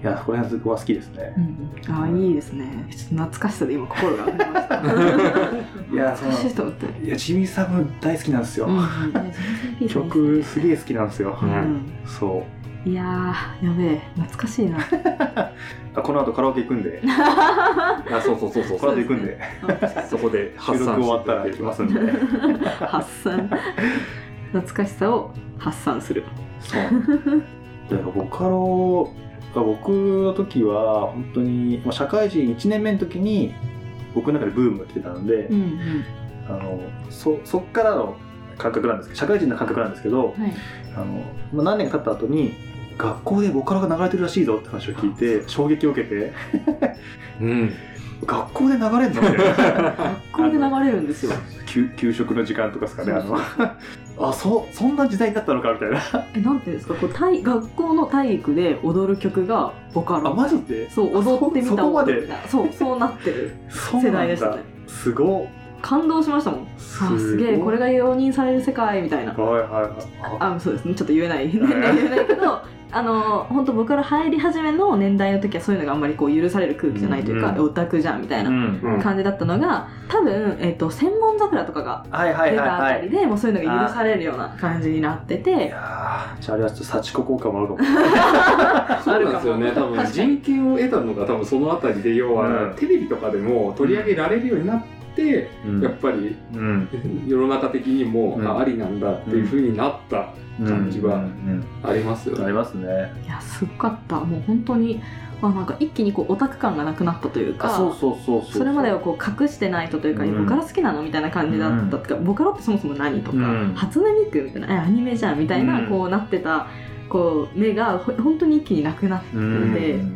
いやそこら辺は好きですね、 うん、ああいいですね。ちょっと懐かしさで今心が動きましたいやその懐かしいと思っていやジミー・サム大好きなんですよ、 うんうん、 曲すげえ好きなんですよ、 うん、 そういやーやべえ懐かしいなあこの後カラオケ行くんであそうそうそうそうこの後行くんでそこで収録終わったら行きますんで発散懐かしさを発散する。 そうだからボカロ僕の時は本当に社会人いちねんめの時に僕の中でブームが来てたので、 うんうん、 あの そ, そっからの感覚なんですけど社会人の感覚なんですけど、 はい、 あのまあ、何年か経った後に学校でボカロが流れてるらしいぞって話を聞いて衝撃を受けて、うん、学校で流れるのみたいな学校で流れるんですよ給, 給食の時間とかですかね。そうそうあのあ そ, そんな時代になったのかみたいなえなんていうんですかこう体学校の体育で踊る曲がボカロ。 あマジでそう踊ってみたそこまでそうそうなってる世代でしたね。 すごい感動しましたもん。 すあすげえこれが容認される世界みたいな。 はいはいはいあそうですねちょっと言えない言えないけどあの本当僕から入り始めの年代の時はそういうのがあんまりこう許される空気じゃないというか、うんうん、オタクじゃんみたいな感じだったのが多分、えーと、千本桜とかが出たあたりでもうそういうのが許されるような感じになってて、いやじゃああれはちょっと幸子効果もあるかもそうなんですよね。多分人権を得たのが多分そのあたりで要は、うん、テレビとかでも取り上げられるようになってでうん、やっぱり、うん、世の中的にも、うん、ありなんだっていう風になった感じはありますよね。 ありますね。 いやすごかった。もう本当に、まあ、なんか一気にこうオタク感がなくなったというか、 そうそうそうそうそれまではこう隠してないとというか、うん、ボカロ好きなのみたいな感じだったとか、うん、ボカロってそもそも何とか、うん、初音ミクみたいなアニメじゃんみたいな、うん、こうなってたこう目がほ本当に一気になくなってて、うん、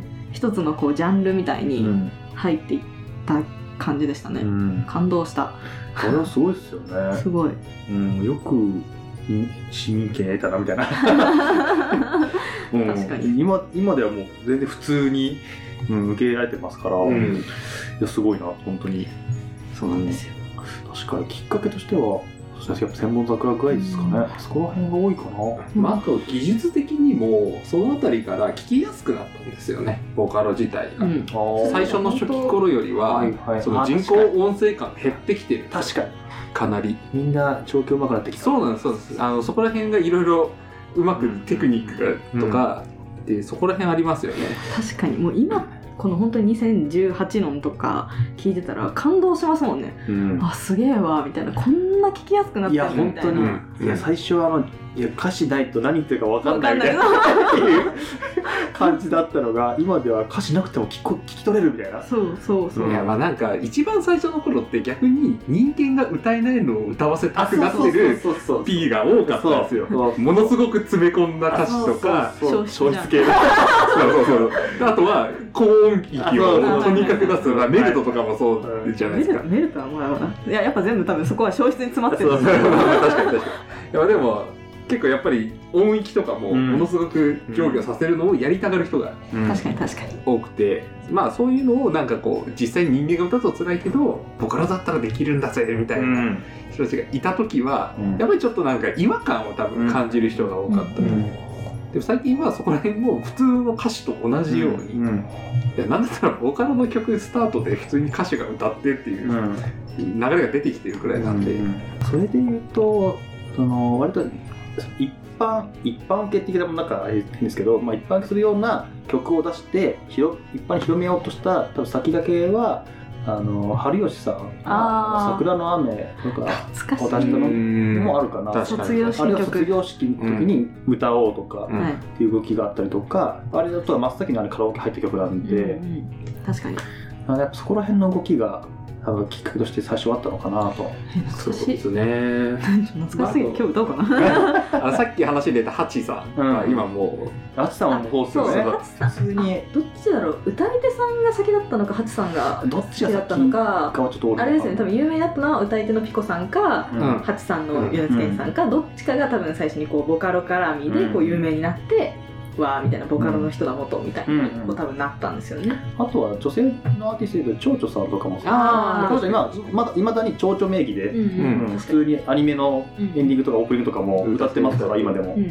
一つのこうジャンルみたいに入っていった感じでしたね、うん、感動した。 これはすごいですよねすごい、 うん、よく市民権得たなみたいなうん、確かに 今, 今ではもう全然普通に、うん、受け入れられてますから、うん、いやすごいな本当に。 そうなんですよ、 うん、確かにきっかけとしてはやっぱ千本桜ぐらいですかね、うん、そこら辺が多いかな、 まあ、あと技術的にもそのあたりから聴きやすくなったんですよねボカロ自体が、うん、最初の初期頃よりは、はいはい、その人工音声感減ってきてる。 確かにかなりみんな調教うまくなってきた。 そうなんですそうですあのそこら辺がいろいろうまくテクニックがとか、うん、でそこら辺ありますよね。 確かにもう今この本当ににせんじゅうはちねんとか聞いてたら感動しますもんね、うん、あすげえわみたいなこんな聞きやすくなってるみたいな。いや本当に、 うん、いや最初はあのいや歌詞ないと何言ってるか分かんないみたいなっていう感じだったのが今では歌詞なくても聞こ聞き取れるみたいな。 そうそうそう、 いやまあなんか一番最初の頃って逆に人間が歌えないのを歌わせたくなってる P が多かったんですよ。ものすごく詰め込んだ歌詞とか消失系のそうそうそうあとは高音域をとにかく出すのがメルトとかもそうじゃないですか。 メルトはもういややっぱ全部多分そこは消失に詰まってる。 そうそう確かに確かに。いやでも結構やっぱり音域とかもものすごく上下させるのをやりたがる人が確かに確かに多くて、まあそういうのをなんかこう実際に人間が歌うと辛いけどボカロだったらできるんだぜみたいな人たちがいた時はやっぱりちょっとなんか違和感を多分感じる人が多かった。でも最近はそこら辺も普通の歌詞と同じように、うんうん、いやなんだったらボカロの曲スタートで普通に歌手が歌ってっていう流れが出てきてるくらいなんで、うんうん、 それで言うとその割と一般一般受け的なものなんかあれですけど、まあ、一般するような曲を出して広一般に広めようとした多分先駆けはあの春吉さん桜の雨とかを出したのもあるかな。 卒業式の曲、 あれは卒業式の時に歌おうとかっていう動きがあったりとか、うん、あれだと真っ先にあれカラオケ入った曲なんで、うんうん、 確かにやっぱそこら辺の動きが多分きっかけとして最初あったのかなと。 そうですね。 懐かしい。今日歌おうかな。 あのさっき話に出たハチさんが今もう、 ハチさんはもう放送ね。 普通にどっちだろう。歌い手さんが先だったのかハチさんが先だったのか。あれですね。多分有名だったのは歌い手のピコさんか、うん、ハチさんのユネツケンさんか、うん、どっちかが多分最初にこうボカロ絡みでこう有名になって。わーみたいなボカロの人だ元みたいなにこう多分なったんですよね、 うんうん、あとは女性のアーティストで蝶々さんとかもああ今まだ未だに蝶々名義で、うんうんうん、普通にアニメのエンディングとかオープニングとかも歌ってますから、うん、今でも、うん、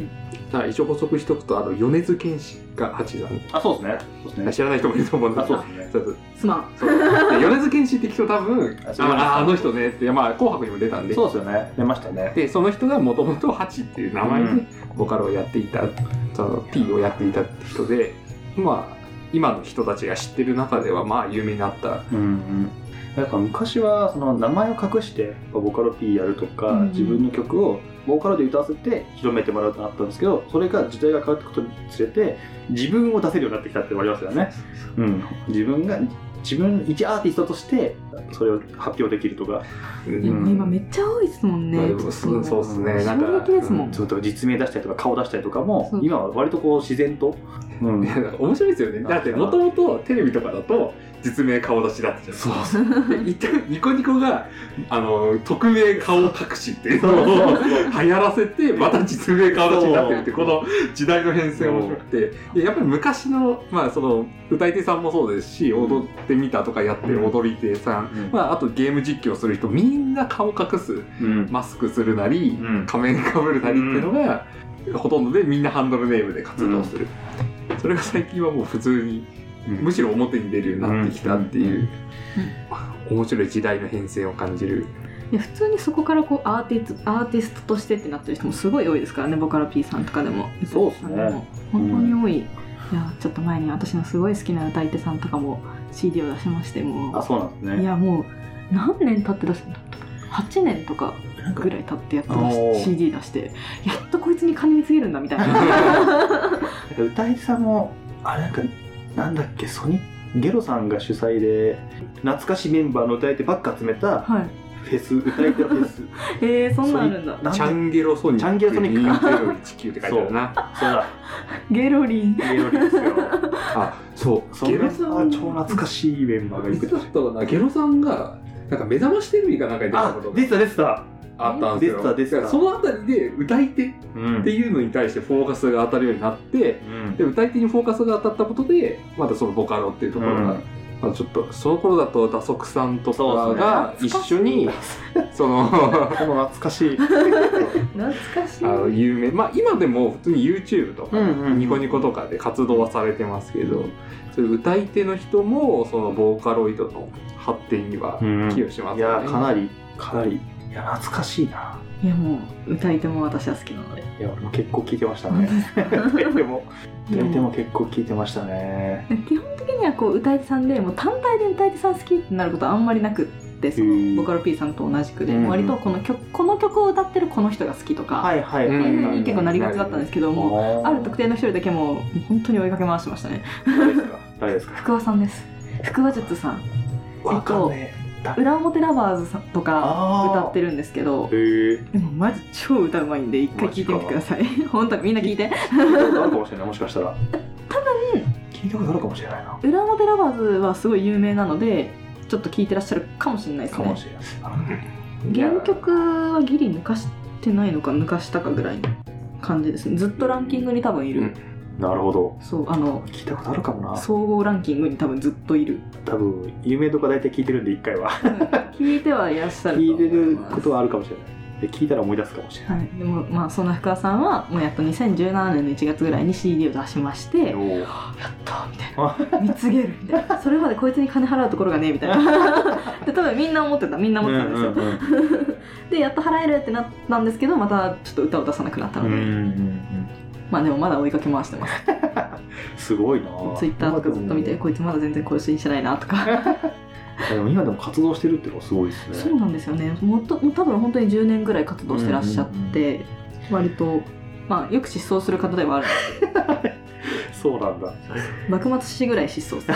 じゃあ一応補足しとくと、あの米津玄師が八段。 あ、そうですね。そうですね。 知らない人もいると思うんだあ、 けど、 そうですね。 そうそうすまん。 そうで米津玄師って人多分、 あ知らないあああの人ねって、まあ紅白にも出たんで、 そうですよね。出ましたね。 でその人がもともとハチっていう名前でうんボカロをやっていた、その P をやっていたって人で、まあ今の人たちが知ってる中ではまあ有名になった。 うんうん。なんか昔はその名前を隠してボカロ P やるとか、 うんうん自分の曲をボーカロで歌わせて広めてもらうとなったんですけど、それが時代が変わっていくことにつれて自分を出せるようになってきたって言われますよね。うん、自分が自分一アーティストとしてそれを発表できるとか、 うんいやもう今めっちゃ多いですもんね。 まあでもそうそうですね。なんか衝撃ですもん。 ちょっと実名出したりとか顔出したりとかもそう今は割とこう自然と、うん、 いや面白いですよね。だってもともとテレビとかだと実名顔出しだったじゃないですか。 そうで一旦ニコニコがあの匿名顔隠しっていうのを流行らせてまた実名顔出しになってるってこの時代の変遷面白くて、でやっぱり昔のまあその歌い手さんもそうですし、踊ってみたとかやってる踊り手さん、 うんまああとゲーム実況する人みんな顔隠す、 うんマスクするなり、 うん仮面かぶるなりっていうのが、ほとんどでみんなハンドルネームで活動する、それが最近はもう普通にむしろ表に出るようになってきたっていう、面白い時代の変遷を感じる。 いや普通にそこからこうアーティストアーティストとしてってなってる人もすごい多いですからね。ボカロ P さんとかでも。 そうですねあの本当に多い、いやちょっと前に私のすごい好きな歌い手さんとかも シーディー を出しまして、もうあ、そうなんですね。 いやもう何年経って出してはちねんとかぐらい経ってやっと出しおーシーディー 出してやっとこいつに金貢げるんだみたいななんか歌い手さんもあれなんかなんだっけ、ソニゲロさんが主催で懐かしいメンバーの歌い手ばっか集めたはいフェス、歌い手のフェスえー、そんなんあるんだ。 なんだチャンゲロソニックチャンゲロソニックかにせんじゅういちって書いてあるな。 そうだ、 ゲロリンゲロリですよ。 あ、そう。 それは超懐かしいメンバーがいいくつだったかな、ゲロさんがなんか目覚ましテレビかなんかに出たあこと、が出てた出てた。 あったんですよ。 出てた出てただからそのあたりで歌い手っうんていうのに対してフォーカスが当たるようになって、 うんで歌い手にフォーカスが当たったことでまたそのボカロっていうところが、 うんまあ、ちょっとその頃だと打足さんとかそうが一ですね緒にそのこの懐かしい。 懐かしい。 あの有名、まあ今でも普通に YouTube とか、 うんうんうんニコニコとかで活動はされてますけど、そういう歌い手の人もそのボーカロイドの発展にはうん寄与しますいよね。 やかなりかなりいや懐かしいな。 いやもう歌い手も私は好きなので。 いや俺も結構聞いてましたね。歌い手も歌い手も結構聞いてましたね。 基本的にはこう歌い手さんでもう単体で歌い手さん好きってなることはあんまりなくって、そへーのボカロ P さんと同じくで、 うん割とこの曲この曲を歌ってるこの人が好きとか、 はいはいってはいいうふうはい。 に結構なりがちだったんですけども、ある特定の一人だけもう本当に追いかけ回してましたね。 誰ですか誰ですか。 福和さんです。福和術さん。 わかんね裏表ラバーズさんとかあー歌ってるんですけど、 え。へえ。 でもマジ超歌うまいんで一回聞いてみてください。本当にみんな聞いて。 聞いたことあるかもしれない、もしかしたら。多分聞いたことあるかもしれないな。 裏表ラバーズはすごい有名なのでちょっと聞いてらっしゃるかもしれないですね。 かもしれない。 原曲はギリ抜かしてないのか抜かしたかぐらいの感じですね。ずっとランキングに多分いる、 うんなるほど。 そうあの聞いたことあるかもな。 総合ランキングに多分ずっといる。 多分有名とか大体聞いてるんで一回は聞いてはいらっしゃると聞い思いてるます。 ことはあるかもしれない。で聞いたら思い出すかもしれない。 はい、でもまあそんな福和さんはもうやっとにせんじゅうななねんのいちがつぐらいに シーディー を出しまして、やっおーたみたいな、貢げるみたいな、それまでこいつに金払うところがねえみたいなで多分みんな思ってたみんな思ってたんですよ、 うんうんうんでやっと払えるってなったんですけど、またちょっと歌を出さなくなったので、 うんうんうんまあでもまだ追いかけ回してます。 すごいな。 ツイッターとかずっと見て、こいつまだ全然更新してないなとかでも今でも活動してるっていうのはすごいですね。 そうなんですよね。もっともう多分本当にじゅうねんぐらい活動してらっしゃって、割とまあよく失踪する方ではあるんですけどそうなんだ。 幕末史ぐらい失踪する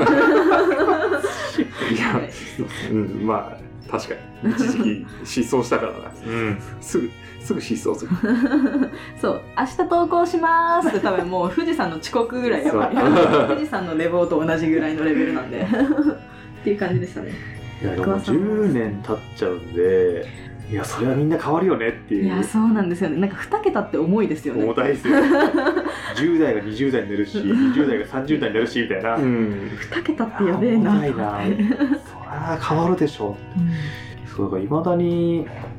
いや、うん、まあ確かに一時期失踪したからな。 うん。 すぐすぐ失踪する。 そう明日投稿しますって多分もう富士山の遅刻ぐらいやばいそう富士山のレボーと同じぐらいのレベルなんでっていう感じでしたね。 いやでもじゅうねん経っちゃうんで、いやそれはみんな変わるよねっていう。 いやそうなんですよね。なんかに桁って重いですよね。 重たいですよ。じゅう代がにじゅう代になるし、にじゅう代がさんじゅう代になるしみたいな。 うん。 に桁ってやべえな重たいな。そりゃ変わるでしょ。 うんそうだから未だに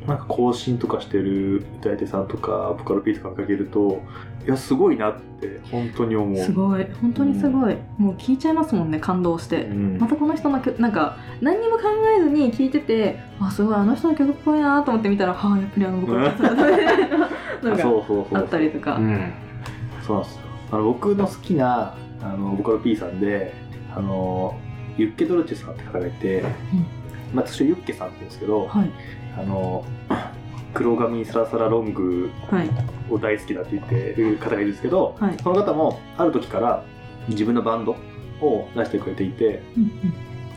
なんか更新とかしてる歌い手さんとかボカロ P とか見かけると、いやすごいなって本当に思う。 すごい、本当にすごい、うん、もう聴いちゃいますもんね、感動して、うん、またこの人の曲なんか何にも考えずに聴いてて、あすごいあの人の曲っぽいなと思って見たら、はあやっぱりあのボカロさんだねなんかあったりとか、うん、 そうなんですよ。あの僕の好きなあのボカロ P さんで、あのユッケドルチェさんって方がいて、うん、まあ、私はユッケさんって言うんですけど、はい、あの黒髪サラサラロングを大好きだって言ってる方がいるんですけど、はい、その方もある時から自分のバンドを出してくれていて、うんうん、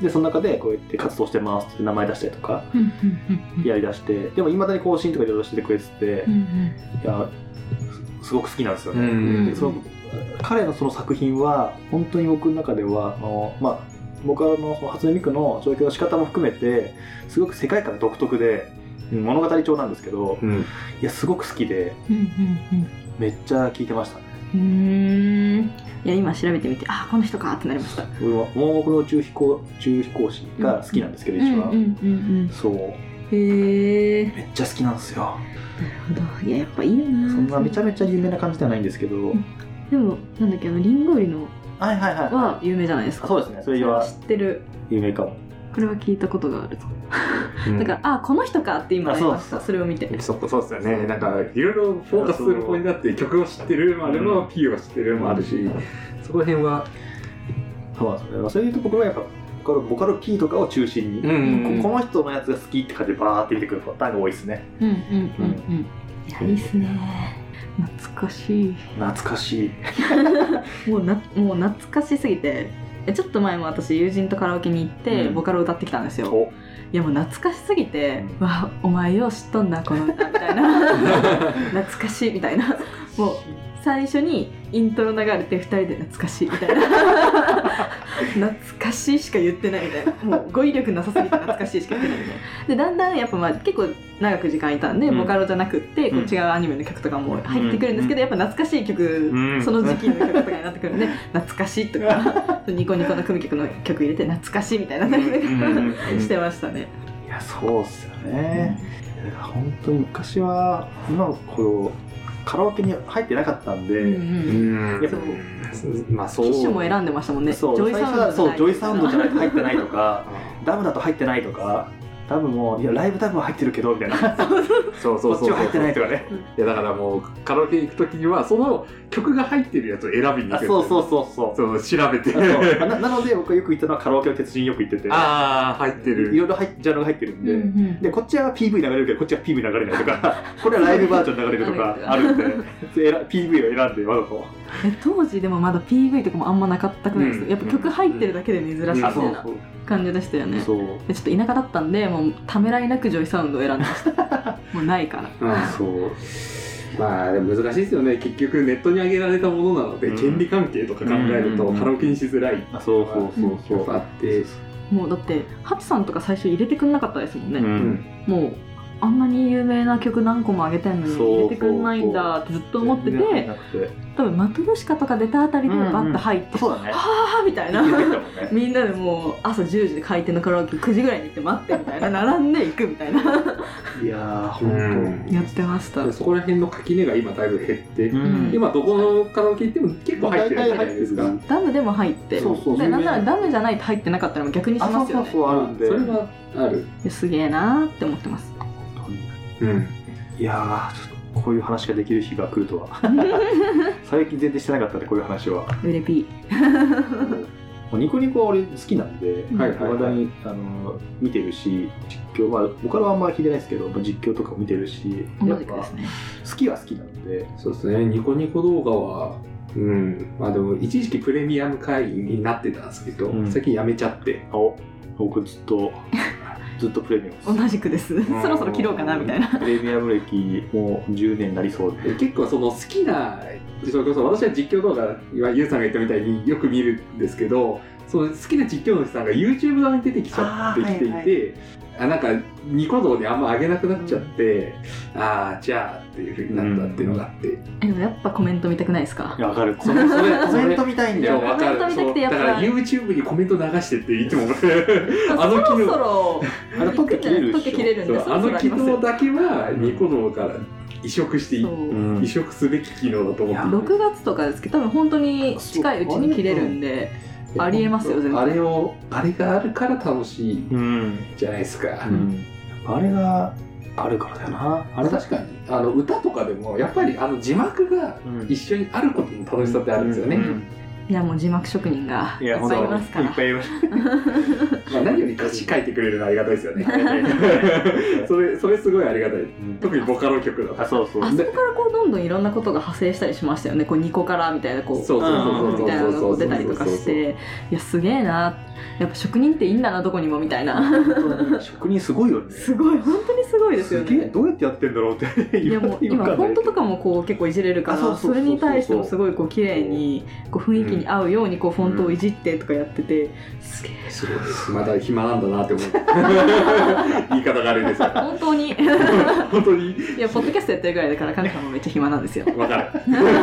でその中でこうやって活動してますって名前出したりとかやりだして、でもいまだに更新とかいろいろしててくれてて、うんうん、いやすごく好きなんですよね、うんうん、でその彼のその作品は本当に僕の中ではあの、まあ、僕はの初音ミクの状況の仕方も含めてすごく世界観が独特で物語調なんですけど、うん、いやすごく好きで、うんうんうん、めっちゃ聴いてましたね。 うーん、いや今調べてみて、あこの人かってなりました。 僕は盲目の宇宙飛行宇宙飛行士が好きなんですけど、一番そうへえめっちゃ好きなんですよ。 なるほど。いややっぱいいよな。 そんなめちゃめちゃ有名な感じではないんですけど、うん、 でもなんだっけ、あのリンゴ売りのはいはいはいは有名じゃないですか。 そうですね、それは知ってる、 有名かも。 これは聞いたことがあると、うん、だからあこの人かって今思いました。 そ, それを見てそうそうですよね。なんかいろいろフォーカスするポイントになって、曲を知ってるあれも P を知ってるもあるし、うん、そこら辺はそうなんですね。それでいうと僕はやっぱボカロ P とかを中心に、うんうん、こ, この人のやつが好きって感じでバーって見てくるパターンが多いですね。うんうんうんうん、 いやいいっすね。懐かしい懐かしいもうなもう懐かしすぎて、ちょっと前も私友人とカラオケに行ってボカロ歌ってきたんですよ、うん、いやもう懐かしすぎて、うん、わお前よう知っとんだこの歌みたいな懐かしいみたいな、もう最初にイントロ流れてふたりで懐かしいみたいな懐かしいしか言ってないみたいな、もう語彙力なさすぎて懐かしいしか言ってないみたいな。でだんだんやっぱまあ結構長く時間いたんで、うん、ボカロじゃなくってこう違うアニメの曲とかも入ってくるんですけど、やっぱ懐かしい曲、うん、その時期の曲とかになってくるんで懐かしいとかニコニコの組曲の曲入れて懐かしいみたいな感じでしてましたね。 いやそうっすよね、うん、本当に昔は今ほどカラオケに入ってなかったんで、うんうん、やっぱまあそう機種も選んでましたもんね。 そうジョイサウンドそうジョイサウンドじゃないと入ってないとかダムだと入ってないとか、ダムもいやライブダムは入ってるけどみたいなそうそうそうこっちは入ってないとかね。 いやだからもうカラオケ行くときにはその曲が入ってるやつを選びに行く。 そうそうそうそうそう調べてな, なので僕がよく行ったのはカラオケの鉄人よく行ってて、 ああ入ってるいろいろジャンルが入ってるんで、うんうん、でこっちは ピーブイ 流れるけどこっちは ピーブイ 流れないとかこれはライブバージョン流れるとかあるんでピーブイ を選んでわざとえ当時でもまだ ピーブイ とかもあんまなかったくないですか、うん、やっぱ曲入ってるだけで珍しいみたいな感じでしたよね。そうでちょっと田舎だったんでもうためらいなくジョイサウンドを選んでましたもうないから、 うん、そうまあでも難しいですよね。結局ネットに上げられたものなので、うん、権利関係とか考えるとカラオケにしづらい、 あそうそうそうそう、 うん、あってもうだってハチさんとか最初入れてくんなかったですもんね、うん、もうあんなに有名な曲何個も上げてんのに入れてくんないんだってずっと思ってて、多分マトリョシカとか出たあたりでバッと入って、 うんうんね、 はぁみたいなみんなでもう朝じゅうじで開店のカラオケくじぐらいに行って待ってみたいな並んで行くみたいないやーほんとやってました。 そこら辺の垣根が今だいぶ減って、うん、今どこのカラオケ行っても結構入ってるじゃないですか。 ダムでも入ってそうそうでなんならダムじゃないと入ってなかったらも逆にしますよね。 あそうそうそうあるんでそれはあるすげえなーって思ってます。 うん、いやーちょっとこういう話ができる日が来るとは最近全然してなかったんでこういう話はうれぴーニコニコは俺好きなんでいまだにあの見てるし実況、まあ僕はあんまり聞いてないですけど実況とかも見てるしやっぱ好きは好きなんで。 そうですね。ニコニコ動画はうんまあでも一時期プレミアム会員になってたんですけど、うん、最近やめちゃってお僕ずっとずっとプレミアム同じくです。そろそろ切ろうかなみたいな。 プレミアム歴もうじゅうねんになりそうで結構その好きなそれこそ私は実況動画今ユウさんが言ったみたいによく見るんですけど、その好きな実況の人さんが YouTube 側に出てきちゃってきていて、はいはい、 あなんかニコ動であんま上げなくなっちゃって、うん、ああじゃあっていう風になったっていうのがあって、うん、 えでもやっぱコメント見たくないですか？ いや分かる、それそれコメント見たいんだよ。 分かる。 コメント見たくてやっぱだから YouTube にコメント流してっていつもあのそろそろあの時切れる時切れるんです。 あの機能だけはニコ動から移植していい、うん、移植すべき機能だと思ってろくがつとかですけど多分本当に近いうちに切れるんでありえますよ全然。 あれをあれがあるから楽しいじゃないですか、 うんうん、あれがあるからだよな。 あれ確かにあの歌とかでもやっぱりあの字幕が一緒にあることの楽しさってあるんですよね、うんうんうん、 いやもう字幕職人がいっぱいいますから。いっぱいいますまあ何より歌詞書いてくれるのはありがたいですよねそれそれすごいありがたい、うん、特にボカロ曲だと。 あそうそう。 あそこからこうどんどんいろんなことが派生したりしましたよね。こうニコカラみたいなこうそうそうそうそうみたいなのがこう出たりとかして、いやすげえな。やっぱ職人っていいんだなどこにもみたいな。 本当に職人すごいよね。 すごい本当にすごいですよね。 すげえどうやってやってんだろうっていやもう今フォントとかもこう結構いじれるからそれに対してもすごいこう綺麗にこう雰囲気に合うようにこうフォントをいじってとかやっててすげえすごいです。まだ暇なんだなって思う言い方があるんですよ。 本当に本当にいやポッドキャストやってるぐらいだから神様もめっちゃ暇なんですよ。 わかる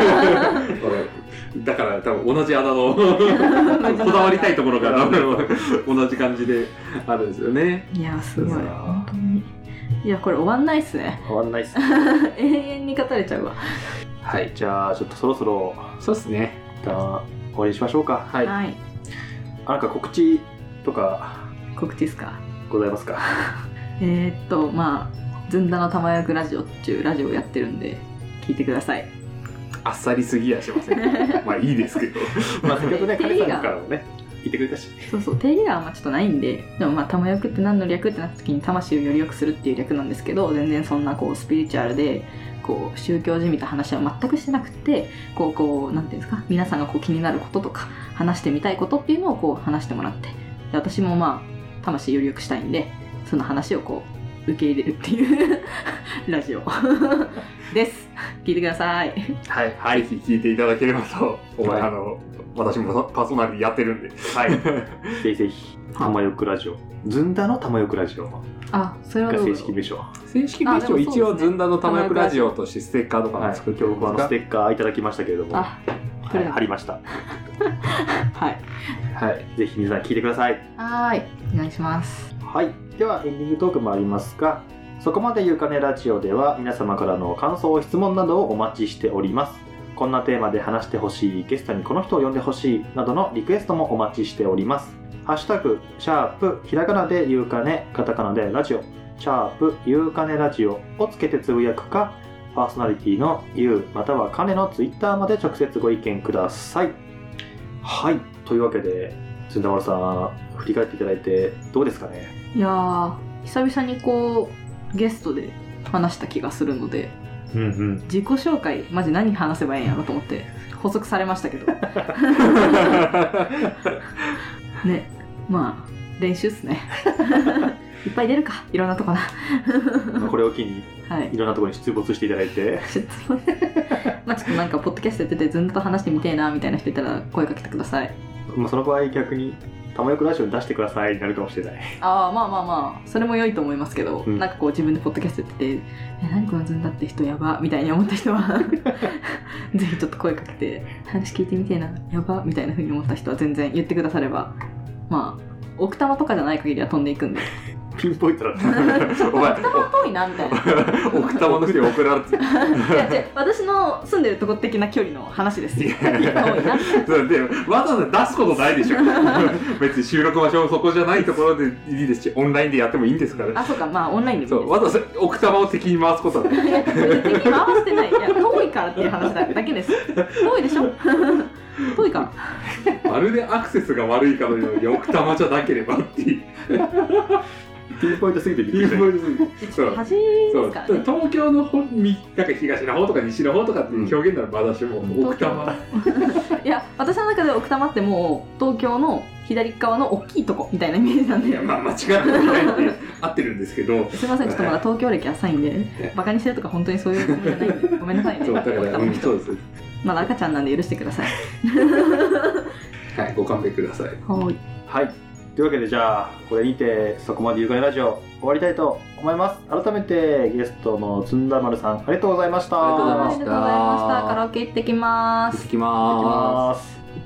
だから多分同じ穴のこだわりたいところが同じ感じであるんですよね。 いやすごい本当に。いやこれ終わんないっすね。 終わんないっす永遠に語れちゃうわ。 はい、じゃあちょっとそろそろそうっすね。 じゃあ終わりにしましょうか。 はい、 はい、 あなんか告知とか告知ですか？ ございますか？ えーっとまあずんだの玉役ラジオっていうラジオをやってるんで聞いてください。 あっさりすぎやしませんまあいいですけどまあせっかくね彼さんからもね言ってくれたし、 そうそう定義があんまちょっとないんで、でもまあ玉役って何の略ってなった時に魂をより良くするっていう略なんですけど、全然そんなこうスピリチュアルでこう宗教じみた話は全くしてなくて、こうこうなんていうんですか、皆さんがこう気になることとか話してみたいことっていうのをこう話してもらって、で私もまあ魂より良くしたいんでその話をこう受け入れるっていうラジオです聞いてください。 はい、はい、ぜひ聞いていただければと思い、はい、あの私もパーソナリティやってるんで、 はいぜひぜひ玉よくラジオ、ずんだの玉よくラジオ、 あ、それはどうぞ。 正式名称正式名称、ね、一応ずんだの玉よくラジオとしてステッカーとかも作っておりますが、 はい、今日僕はステッカーいただきましたけれども、 あ、 はい、貼りましたはいはい、ぜひ皆さん聞いてください。 はい、お願いします。 はい、ではエンディングトークもありますが、そこまでゆうかねラジオでは皆様からの感想、質問などをお待ちしております。こんなテーマで話してほしい、ゲストにこの人を呼んでほしいなどのリクエストもお待ちしております。ハッシュタグシャープひらがなでゆうかね、カタカナでラジオ、シャープゆうかねラジオをつけてつぶやくか、パーソナリティのゆうまたはかねのツイッターまで直接ご意見ください。はい、というわけでずんだまるさん振り返っていただいてどうですかね。 いやー久々にこうゲストで話した気がするので、 うんうん、 自己紹介マジ何話せばいいんやろと思って補足されましたけどね、まあ練習っすねいっぱい出るか、いろんなとこなこれを機に、はい、いろんなところに出没していただいてまあちょっとなんかポッドキャストやっててずんと話してみてえなみたいな人いたら声かけてください。 まあ、その場合逆に玉よくラジオに出してくださいになるかもしれない。 ああ、まあまあまあそれも良いと思いますけど、うん、なんかこう自分でポッドキャストやってて、え何このずんだって人やばみたいに思った人はぜひちょっと声かけて話聞いてみてえな、やばみたいな風に思った人は全然言ってくだされば、まあ奥多摩とかじゃない限りは飛んでいくんでピンポイントだったお前奥多摩遠いなみたいな奥多摩の人に送られていや違う、私の住んでるとこ的な距離の話ですよ。遠いなでわざわざ出すことないでしょ別に収録場所そこじゃないところでいいですし、オンラインでやってもいいんですから。 あ、そうか、まあオンラインでもいいです。 そう、わざわざ奥多摩を敵に回すことはない敵に回してない、いや遠いからっていう話だけです。遠いでしょ遠いからまるでアクセスが悪いかのように奥多摩じゃなければっていうピンポイントすぎてびっくりした。 ピンポイントすぎてそう端ですからね。 東京のほみなんか東の方とか西の方とかっていう表現ならまだしも、うん、奥多摩いや私の中では奥多摩ってもう東京の左側の大きいとこみたいなイメージなんで、 いやまあ間違ってないんで合ってるんですけどすいません、ちょっとまだ東京歴浅いんでバカにしてるとか本当にそういうつもりじゃないんでごめんなさいね。 そうだから、うん、そうです。 まだ赤ちゃんなんで許してくださいはい、ご勘弁ください。 はい、 はい、というわけでじゃあこれにてそこまでゆうかねラジオ終わりたいと思います。改めてゲストのずんだ丸さんありがとうございました。 ありがとうございましたありがとうございました。カラオケ行ってきます。 行ってきます。 行ってきます。